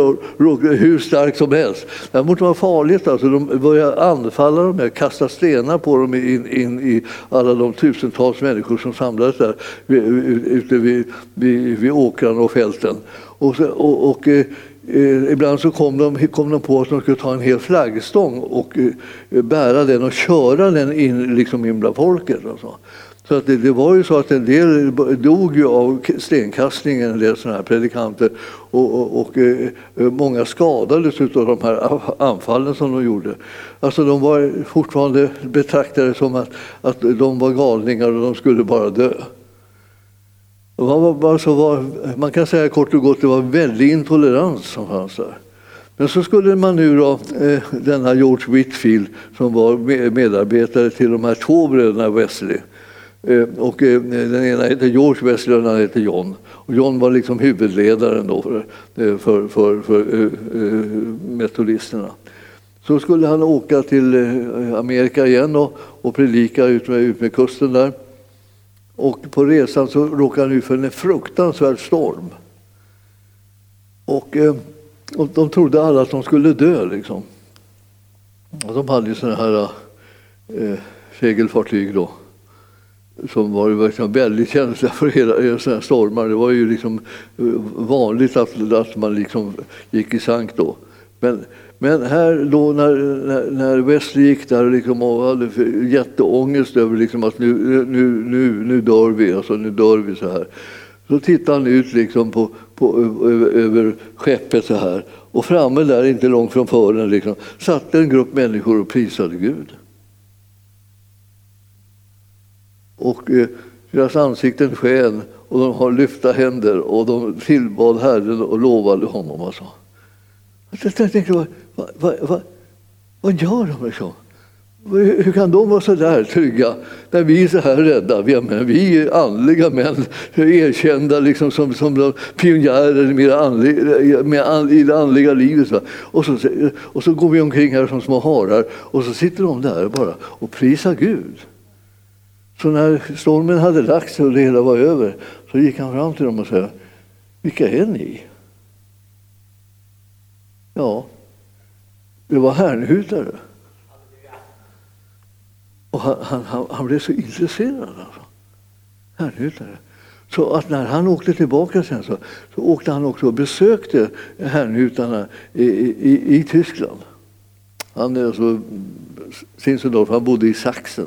hur stark som helst. Det måste vara farligt. Alltså. De började anfalla dem och kasta stenar på dem in, in i alla de tusentals människor som samlades där ute vid, vid, vid åkrarna och fälten. Och, så, och, och eh, ibland så kom de, kom de på att de skulle ta en hel flaggstång och eh, bära den och köra den in, liksom in bland folket. Och så. Så att det, det var ju så att en del dog ju av stenkastningen, en del sådana här predikanter, och, och, och eh, många skadades av de här anfallen som de gjorde. Alltså de var fortfarande betraktade som att, att de var galningar och de skulle bara dö. Alltså var, man kan säga kort och gott, det var väldigt intolerans som fanns där. Men så skulle man nu då, eh, denna George Whitfield som var medarbetare till de här två bröderna Wesley. Och den ena heter George Wesley och den andra heter John. Och John var liksom huvudledaren då för, för, för, för metodisterna. Så skulle han åka till Amerika igen och, och predika ut med, ut med kusten där. Och på resan så råkade han ut för en fruktansvärd storm. Och, och de trodde alla att de skulle dö liksom. Och de hade ju sådana här eh, segelfartyg då, som var verkligen väldigt känsliga för hela sådana stormar. Det var ju liksom vanligt att, att man liksom gick i sank då. Men, men här då när, när, när Wesley gick där liksom och hade jätteångest över liksom att nu, nu, nu, nu dör vi, alltså nu dör vi så här. Så tittade han ut liksom på, på, över, över skeppet så här. Och framme där, inte långt från fören, liksom, satt en grupp människor och prisade Gud. Och eh, deras ansikten sken och de har lyfta händer och de tillbad Herren och lovade honom. Alltså. Jag tänkte, vad, vad, vad, vad gör de liksom? Hur kan de vara så där trygga när vi är så här rädda? Vi är, vi är andliga män, erkända liksom som, som pionjärer med andliga, med i det andliga livet. Va? Och, så, och så går vi omkring här som små harar och så sitter de där bara och prisar Gud. Så när stormen hade lagt sig och det hela var över så gick han fram till dem och sa: vilka är ni? Ja, det var härnhutare. Och han, han, han blev så intresserad. Alltså. Härnhutare. Så att när han åkte tillbaka sen så, så åkte han också och besökte härnhutarna i, i, i Tyskland. Han är alltså Zinzendorf, han bodde i Sachsen.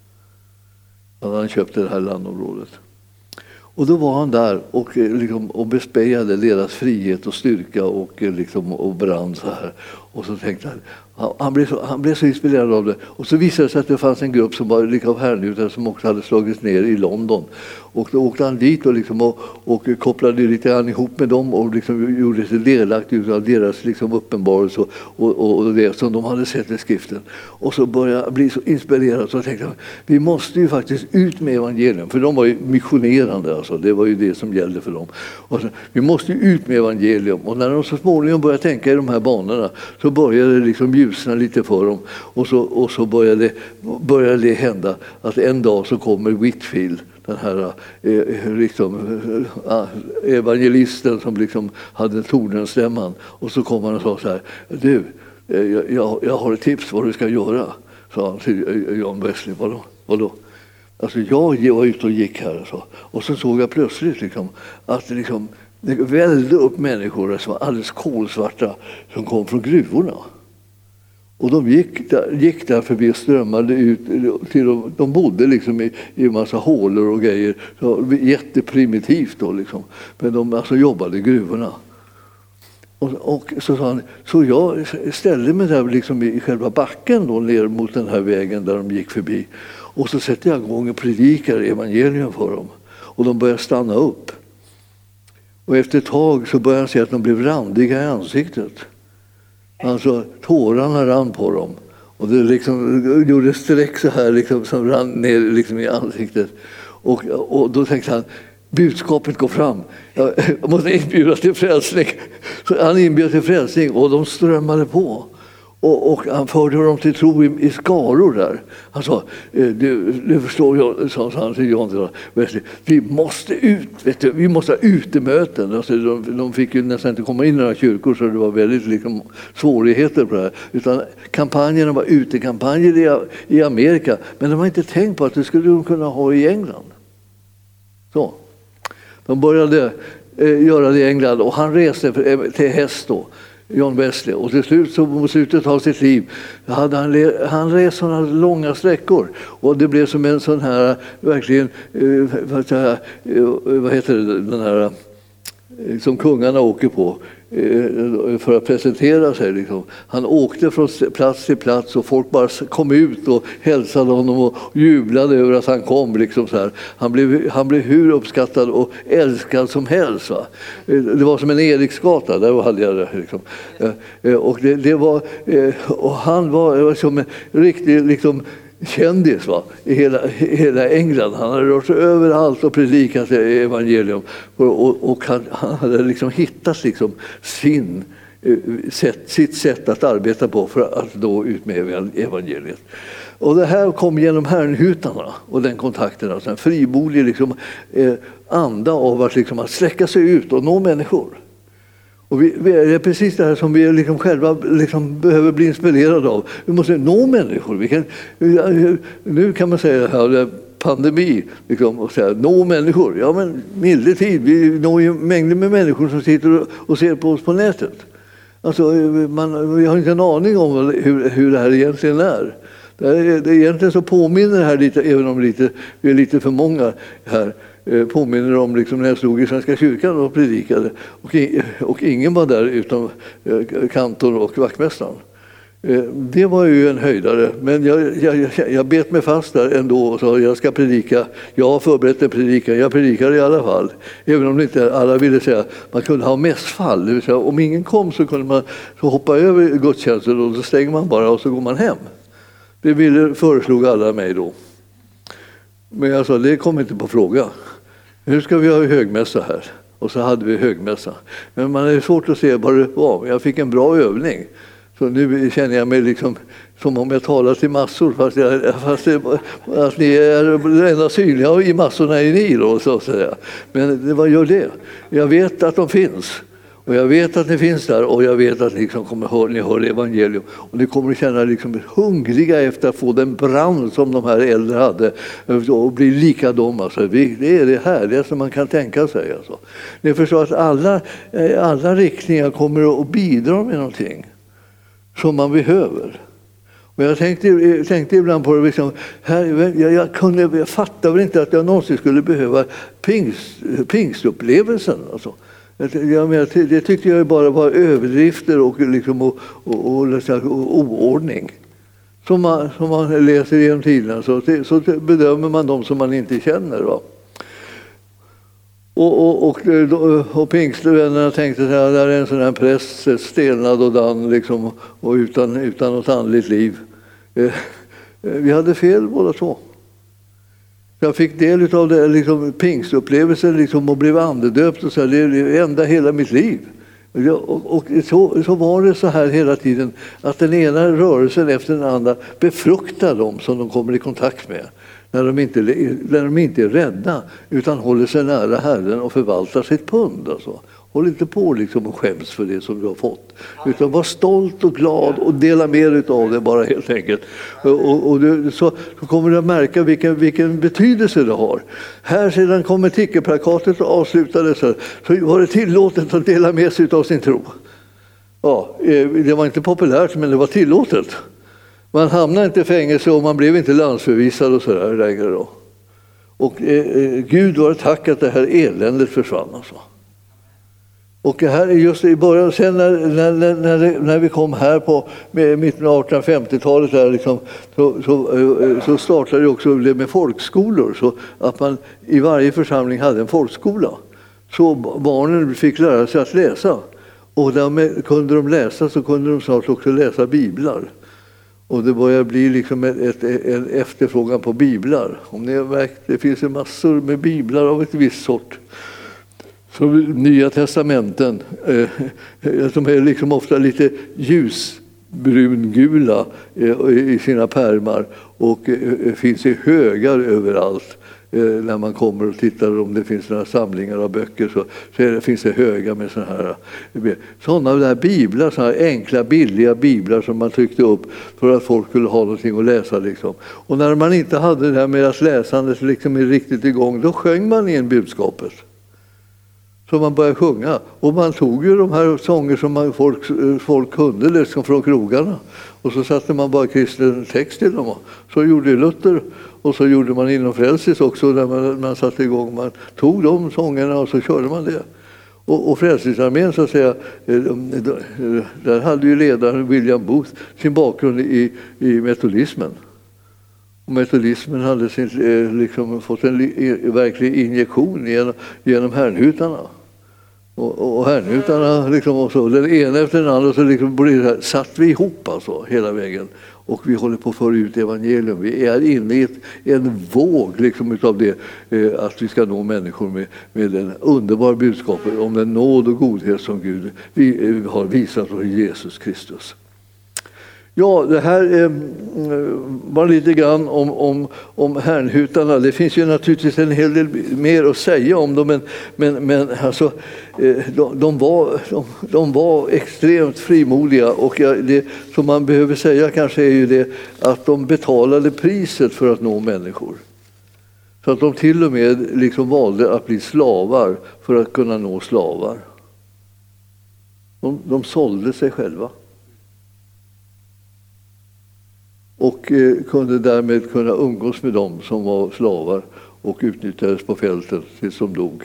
Han köpte det här landområdet. Och då var han där och, liksom, och bespejade deras frihet och styrka och, liksom, och brann så här. Och så tänkte han, han, han, blev så, han blev så inspirerad av det. Och så visade det sig att det fanns en grupp som var lika härnhutare som också hade slagits ner i London. Och då åkte han dit och, liksom, och, och kopplade lite grann ihop med dem och liksom gjorde sig delaktig av deras liksom, uppenbarelse och, och, och det som de hade sett i skriften. Och så började han bli så inspirerad så tänkte han, vi måste ju faktiskt ut med evangelium. För de var ju missionerande, alltså. Det var ju det som gällde för dem. Och så, vi måste ju ut med evangelium. Och när de så småningom började tänka i de här banorna så började det liksom ljusna lite för dem. Och så, och så började, började det hända att en dag så kommer Whitfield, den här eh, liksom, eh, evangelisten som liksom hade tordenstämman. Och så kom han och sa så här: du, eh, jag, jag har ett tips vad du ska göra, sa han till John Wesley. Vadå? Vadå? Alltså jag var ute och gick här och så. Och så såg jag plötsligt liksom, att det, liksom, det välde upp människor som var alldeles kolsvarta som kom från gruvorna. Och de gick där, gick där förbi och strömmade ut. Till de, de bodde liksom i, i en massa hålor och grejer. Så, jätteprimitivt då liksom. Men de alltså jobbade i gruvorna. Och, och så, sa han, så jag ställde mig där liksom i själva backen då, ner mot den här vägen där de gick förbi. Och så sätter jag igång och predikar evangelium för dem. Och de börjar stanna upp. Och efter ett tag så började jag se att de blev randiga i ansiktet. Alltså tårarna rann på dem. Och det liksom gjorde streck så här liksom, som rann ner liksom i ansiktet. Och, och då tänkte han, budskapet går fram. Jag måste inbjuda till frälsning. Så han inbjöd till frälsning och de strömmade på. Och, och han förde dem till tro i, i skaror där. Han sa, du, du förstår jag, sa han till John, vi måste ut, vet du, vi måste ha utemöten. Alltså, de, de fick ju nästan inte komma in i några kyrkor så det var väldigt liksom, svårigheter på det här. Utan kampanjerna var utekampanjer i, i Amerika, men de har inte tänkt på att det skulle de kunna ha i England. Så. De började eh, göra det i England och han reste för, till häst då. John Wesley. Och till slut, så mot slutet av sitt liv, hade han, han rest sådana långa sträckor. Och det blev som en sån här, verkligen, eh, vad, säga, eh, vad heter det, den här, eh, som kungarna åker på, eh, för att presentera sig. Liksom. Han åkte från plats till plats och folk bara kom ut och hälsade honom och jublade över att han kom. Liksom så här. Han, blev, han blev hur uppskattad och älskad som helst. Va? Det var som en Eriksgata, där hade jag det. Liksom. Och, det, det var, och han var som en riktig liksom, kändis, va? I hela, hela England. Han hade rört sig överallt och predikat evangelium. Och, och, och han, han hade liksom hittat liksom sin, sätt, sitt sätt att arbeta på för att då ut med evangeliet. Och det här kom genom härnhutarna och den kontakten. Alltså en frimodig liksom, eh, anda av att, liksom, att sträcka sig ut och nå människor. Och vi, vi är precis det här som vi liksom själva liksom behöver bli inspirerade av. Vi måste nå människor. Vi kan, nu kan man säga här, pandemi, liksom, och säga nå människor. Ja, men milde tid. Vi når ju mängder med människor som sitter och ser på oss på nätet. Alltså, man, vi har inte en aning om hur, hur det här egentligen är. Det är, det är egentligen så påminner det här lite, även om lite, vi är lite för många här, eh, påminner om liksom när jag stod i Svenska kyrkan och predikade. Och, och ingen var där utom eh, kantorn och vaktmästaren. Eh, det var ju en höjdare, men jag, jag, jag bet mig fast där ändå och sa jag ska predika. Jag har förberett en predikan, jag predikar i alla fall. Även om inte alla ville säga, man kunde ha mässfall. Det vill säga, om ingen kom så kunde man så hoppa över gudstjänsten och så stänger man bara och så går man hem. Det ville, föreslog alla mig då. Men jag sa, det kom inte på fråga. Nu ska vi ha högmässa här. Och så hade vi högmässa. Men man är svårt att se vad det var. Jag fick en bra övning. Så nu känner jag mig liksom som om jag talar till massor. Fast, jag, fast det, att ni är det enda synliga i massorna är ni då. Så att säga. Men det, vad gör det? Jag vet att de finns. Och jag vet att ni finns där och jag vet att ni, liksom kommer hör, ni hör evangelium. Och ni kommer att känna liksom hungriga efter att få den brand som de här äldre hade. Och bli lika dem. Alltså. Det är det härligaste man kan tänka sig. Alltså. Ni förstår att alla, alla riktningar kommer att bidra med någonting som man behöver. Och jag tänkte, tänkte ibland på det. Liksom, här, jag, jag, kunde, jag fattade väl inte att jag någonsin skulle behöva pingst, pingstupplevelsen. Alltså. Jag menar, det tyckte jag bara var överdrifter och, liksom, och, och, och, och oordning. Som man, som man läser genom tiderna så, så bedömer man dem som man inte känner. Va? Och, och, och, och pingstvännerna tänkte att det här är en sån här präst, stelnad och dan liksom, och utan, utan något andligt liv. Vi hade fel båda två. Jag fick del av det, liksom, pingstupplevelsen liksom, och blev andedöpt och så. Det är det enda hela mitt liv. Och, och så, så var det så här hela tiden att den ena rörelsen efter den andra befruktar dem som de kommer i kontakt med. När de inte, när de inte är rädda utan håller sig nära Herren och förvaltar sitt pund. Alltså. Håll inte på liksom och skäms för det som du har fått. Utan var stolt och glad och dela med dig av det bara helt enkelt. Och, och du, så, så kommer du att märka vilken, vilken betydelse det har. Här sedan konventikelplakatet avslutades så var det tillåtet att dela med sig av sin tro. Ja, det var inte populärt men det var tillåtet. Man hamnade inte i fängelse och man blev inte landsförvisad och sådär längre då. Och eh, Gud var tack att det här eländet försvann alltså. Och här just i början, sen när, när, när, när vi kom här på mitten av artonhundrafemtiotalet där liksom, så, så, så startade det också med folkskolor. Så att man i varje församling hade en folkskola. Så barnen fick lära sig att läsa. Och där kunde de läsa så kunde de snart också läsa biblar. Och det börjar bli liksom ett, ett, en efterfrågan på biblar. Om ni har märkt, det finns en massor med biblar av ett visst sort. Så Nya testamenten, eh, som är liksom ofta lite ljusbrungula eh, i sina pärmar och eh, finns i högar överallt. Eh, när man kommer och tittar om det finns några samlingar av böcker så, så är det, finns det högar med sådana här, sådana där biblar, sådana här enkla billiga biblar som man tryckte upp för att folk skulle ha någonting att läsa. Liksom. Och när man inte hade det här med att läsandet liksom är riktigt igång, då sjöng man in budskapet. Så man började sjunga. Och man tog ju de här sånger som man, folk, folk kunde liksom från krogarna. Och så satte man bara kristen text till dem. Så gjorde Luther. Och så gjorde man inom Frälsis också när man, man satte igång. Man tog de sångerna och så körde man det. Och, och Frälsningsarmén så att säga, där hade ju ledaren William Booth sin bakgrund i, i metodismen. Och metodismen hade sin, liksom, fått en verklig injektion genom, genom härnhutarna. Och, och härnhutarna, liksom, och så, den ena efter den andra, så liksom blir det här, satt vi ihop alltså, hela vägen. Och vi håller på att föra ut evangelium. Vi är inne i ett, en våg liksom, utav det, eh, att vi ska nå människor med, med den underbara budskapet om den nåd och godhet som Gud vi, eh, har visat oss i Jesus Kristus. Ja, det här eh, var lite grann om, om, om härnhutarna. Det finns ju naturligtvis en hel del mer att säga om dem, men, men, men alltså, eh, de, de, var, de, de var extremt frimodiga. Och det som man behöver säga kanske är ju det att de betalade priset för att nå människor. Så att de till och med liksom valde att bli slavar för att kunna nå slavar. De, de sålde sig själva. Och eh, kunde därmed kunna umgås med dem som var slavar och utnyttjades på fälten tills de dog.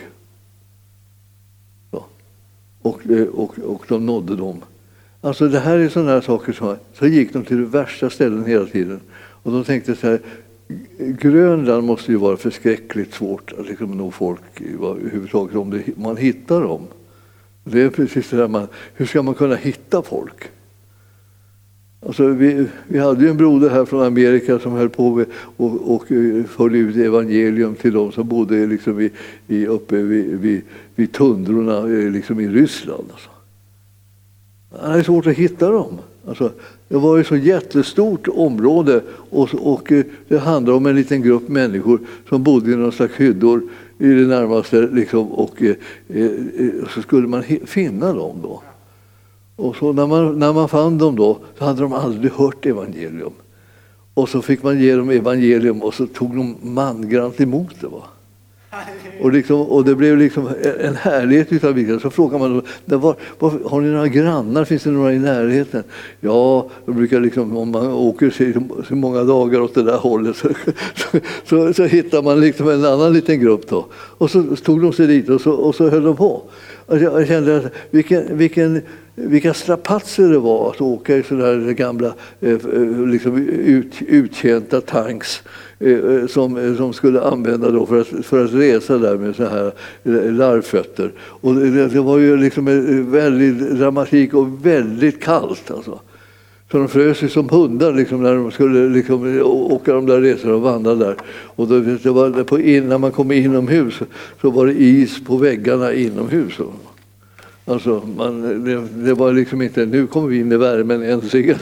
Ja. Och, och, och de nådde dem. Alltså det här är sådana här saker som så gick de till det värsta ställen hela tiden. Och de tänkte så här, Grönland måste ju vara förskräckligt svårt att liksom nå folk överhuvudtaget om det, man hittar dem. Det är precis det där man, hur ska man kunna hitta folk? Alltså vi, vi hade ju en broder här från Amerika som höll på och, och förde ut evangelium till dem som bodde liksom i, i, uppe vid, vid, vid tundrorna liksom i Ryssland. Alltså. Det är svårt att hitta dem. Alltså, det var ju så jättestort område och, och det handlar om en liten grupp människor som bodde i någon slags hyddor i det närmaste liksom, och eh, eh, så skulle man finna dem då. Och så när man, när man fann dem då så hade de aldrig hört evangelium. Och så fick man ge dem evangelium och så tog de mangrant emot det. Va? Och, liksom, och det blev liksom en härlighet utav det. Så frågar man dem, var, var, har ni några grannar? Finns det några i närheten? Ja, då brukar liksom, om man åker sig så många dagar åt det där hållet så, så, så, så hittar man liksom en annan liten grupp då. Och så tog de sig dit och så, och så höll de på. Och jag kände att vilken, vilken, vilka strapatser det var att åka i sådana här gamla liksom ut, uttjänta tanks som, som skulle använda då för, att, för att resa där med så här larvfötter. Och det, det var ju liksom en väldigt dramatik och väldigt kallt alltså. Så de frös ju som hundar liksom, när de skulle liksom, åka de där resorna och vandra där. Och då, det var på in, när man kom inomhus så var det is på väggarna inomhus. Alltså, man, det, det var liksom inte, nu kommer vi in i värmen äntligen.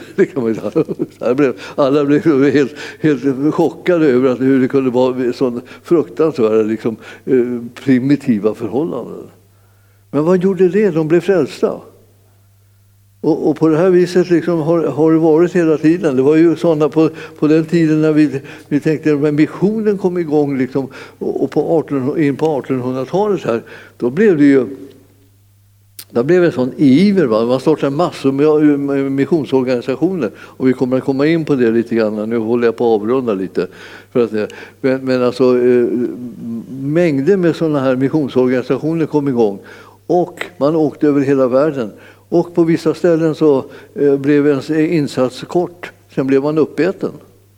Alla blev helt, helt chockade över att hur det kunde vara sådana fruktansvärda liksom, primitiva förhållanden. Men vad gjorde det? De blev frälsta. Och, och på det här viset liksom har, har det varit hela tiden. Det var ju sådana på, på den tiden när vi, vi tänkte att missionen kom igång liksom, och, och på arton, in på artonhundratalet här, då blev det ju det blev en sån iver. Va? Man startade massor med missionsorganisationer och vi kommer att komma in på det lite grann. Nu håller jag på att avrunda lite. För att, men, men alltså eh, mängder med sådana här missionsorganisationer kom igång och man åkte över hela världen. Och på vissa ställen så eh, blev ens insats kort. Sen blev man uppäten.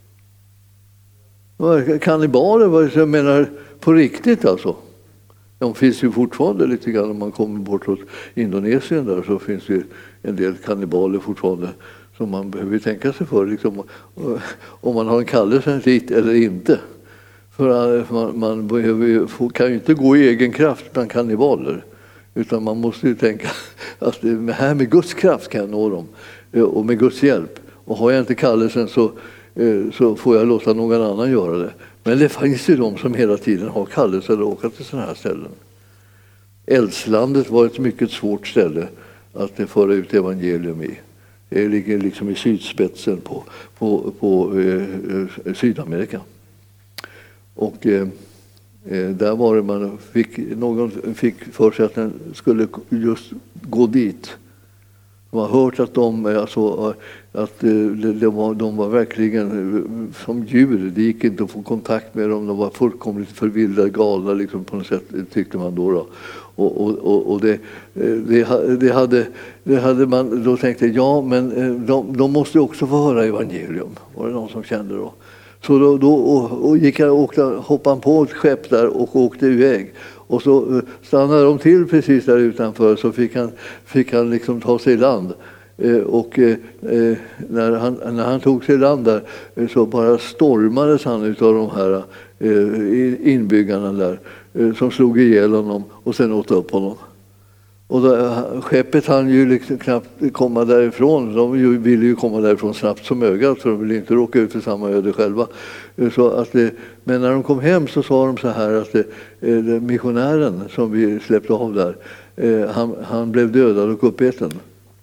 Kannibaler, vad jag menar, på riktigt alltså. De finns ju fortfarande lite grann om man kommer bort åt Indonesien där så finns det en del kannibaler fortfarande som man behöver tänka sig för liksom, om man har en kallelse dit eller inte. För man, man behöver, kan ju inte gå i egen kraft bland kannibaler. Utan man måste ju tänka att det här med Guds kraft kan jag nå dem och med Guds hjälp. Och har jag inte kallelsen så, så får jag låta någon annan göra det. Men det finns ju de som hela tiden har kallelse att åka till sådana här ställen. Eldslandet var ett mycket svårt ställe att föra ut evangelium i. Det ligger liksom i sydspetsen på, på, på eh, Sydamerika. Och eh, där var det man fick, någon fick för sig att den skulle just gå dit. Man har hört att de, alltså, att de, var, de var verkligen som djur. Det gick inte att få kontakt med dem. De var fullkomligt förvildade, galna liksom, på något sätt, tyckte man då. då. Och, och, och det, det, det, hade, det hade man då tänkte ja, men de, de måste också få höra evangelium. Var det någon som kände då? Så då, då och, och gick han, åkte, hoppade han på ett skepp där och åkte iväg. Och så stannade de till precis där utanför så fick han, fick han liksom ta sig i land. Eh, och eh, när, han, när han tog sig i land där eh, så bara stormades han utav de här eh, inbyggarna där eh, som slog ihjäl honom och sen åt upp honom. Och då, skeppet hann ju liksom knappt komma därifrån. De ville ju komma därifrån snabbt som ögat för de ville inte råka ut för samma öde själva. Så att det, men när de kom hem så sa de så här att det, det, missionären som vi släppte av där, han, han blev dödad och uppäten.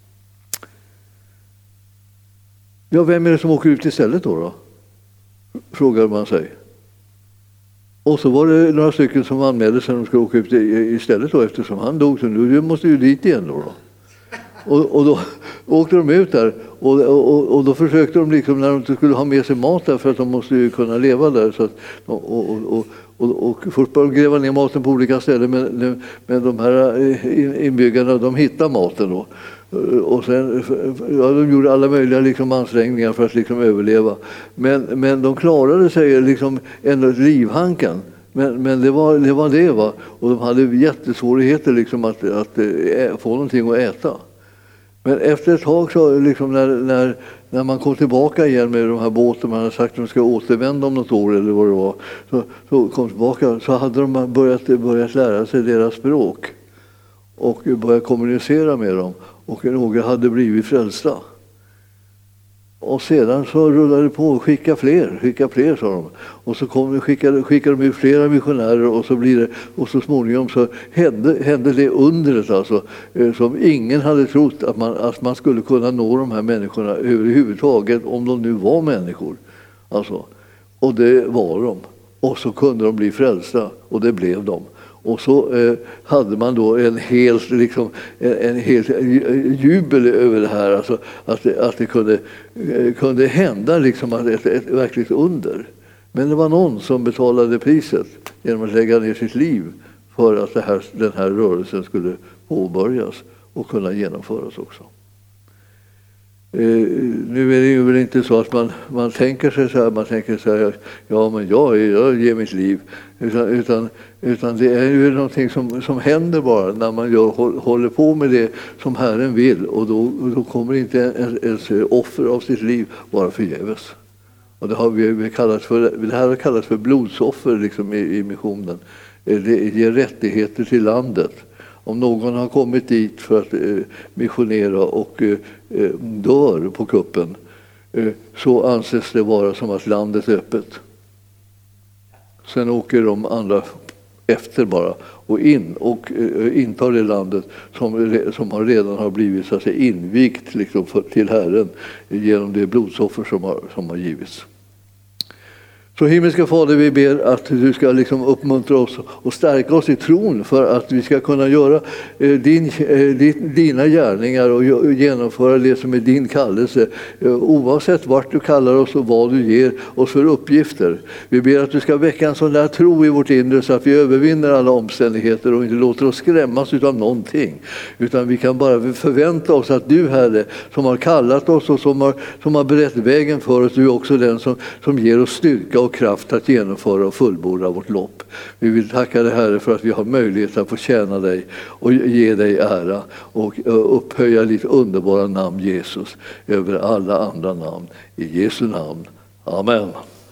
Ja, vem är det som åker ut istället då? då? Frågar man sig. Och så var det några stycken som anmälde sig att de skulle åka ut istället då, eftersom han dog. Så nu måste ju dit igen då. då. Och, och då, åkte de ut där och, och, och då försökte de liksom, när de inte skulle ha med sig mat där, för att de måste ju kunna leva där, så att, och, och, och, och, och först började de gräva ner maten på olika ställen, men, men de här inbyggarna, de hittade maten då. Och sen, ja, de gjorde alla möjliga liksom ansträngningar för att liksom överleva, men, men de klarade sig liksom ändå livhankan. Men, men det var det, var det va? Och de hade jättesvårigheter liksom att, att ä, få någonting att äta. Men efter ett tag, så liksom när, när, när man kom tillbaka igen med de här båten, man hade sagt att de ska återvända om något år eller vad det var, så, så kom tillbaka, så hade de börjat, börjat lära sig deras språk och börjat kommunicera med dem, och några hade blivit frälsta. Och sedan så rullade det på, skicka fler, skicka fler, sa de. Och så kom, skickade, skickade de ut flera missionärer, och så blir det, och så småningom så hände, hände det undret, alltså, som ingen hade trott, att man, att man skulle kunna nå de här människorna överhuvudtaget, om de nu var människor. Alltså, och det var de. Och så kunde de bli frälsta, och det blev de. Och så eh, hade man då en hel, liksom, en, en hel jubel över det här, alltså, att, det, att det kunde, eh, kunde hända liksom, ett, ett, ett verkligt under. Men det var någon som betalade priset genom att lägga ner sitt liv för att det här, den här rörelsen skulle påbörjas och kunna genomföras också. Eh, nu är det ju väl inte så att man, man tänker sig så här, man tänker så här, ja men jag, jag ger mitt liv, utan, utan, utan det är ju någonting som, som händer bara när man gör, håller på med det som Herren vill, och då, då kommer inte ens offer av sitt liv vara förgäves. Och det har vi, vi kallat för, det här har kallats för blodsoffer liksom, i, i missionen. Det ger rättigheter till landet. Om någon har kommit dit för att eh, missionera och eh, dör på kuppen, eh, så anses det vara som att landet är öppet. Sen åker de andra efter bara och in och eh, intar det landet som, som har redan har blivit så att säga, invigt liksom, för, till Herren genom det blodsoffer som har, som har givits. Så himmelska Fader, vi ber att du ska liksom uppmuntra oss och stärka oss i tron för att vi ska kunna göra din, dina gärningar och genomföra det som är din kallelse, oavsett vart du kallar oss och vad du ger oss för uppgifter. Vi ber att du ska väcka en sån där tro i vårt inre så att vi övervinner alla omständigheter och inte låter oss skrämmas av någonting, utan vi kan bara förvänta oss att du, Herre, som har kallat oss och som har, som har berett vägen för oss, du är också den som, som ger oss styrka och kraft att genomföra och fullborda vårt lopp. Vi vill tacka dig, Herre, för att vi har möjlighet att få tjäna dig och ge dig ära och upphöja ditt underbara namn Jesus över alla andra namn. I Jesu namn. Amen.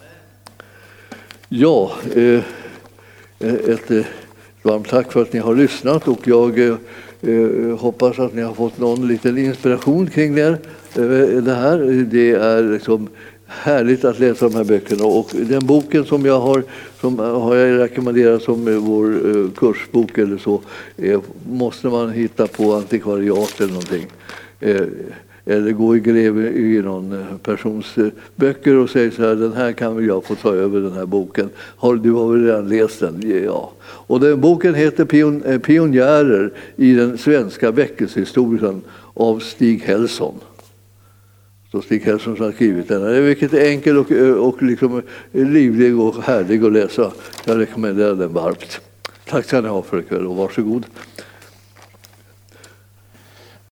Ja, eh, ett, ett varmt tack för att ni har lyssnat, och jag eh, hoppas att ni har fått någon liten inspiration kring det, det här. Det är liksom härligt att läsa de här böckerna, och den boken som jag har, som har jag rekommenderat som vår kursbok eller så, måste man hitta på antikvariat eller någonting. Eller gå i grev i någon persons böcker och säga så här, den här kan väl jag få ta över, den här boken. Har, du har väl redan läst den? Ja. Och den boken heter Pion, Pionjärer i den svenska väckelsehistorien av Stig Hellson. Så Stig Hellson har skrivit den. Den är mycket enkel och, och liksom livlig och härlig att läsa. Jag rekommenderar den varmt. Tack ska ni ha för ikväll, och varsågod.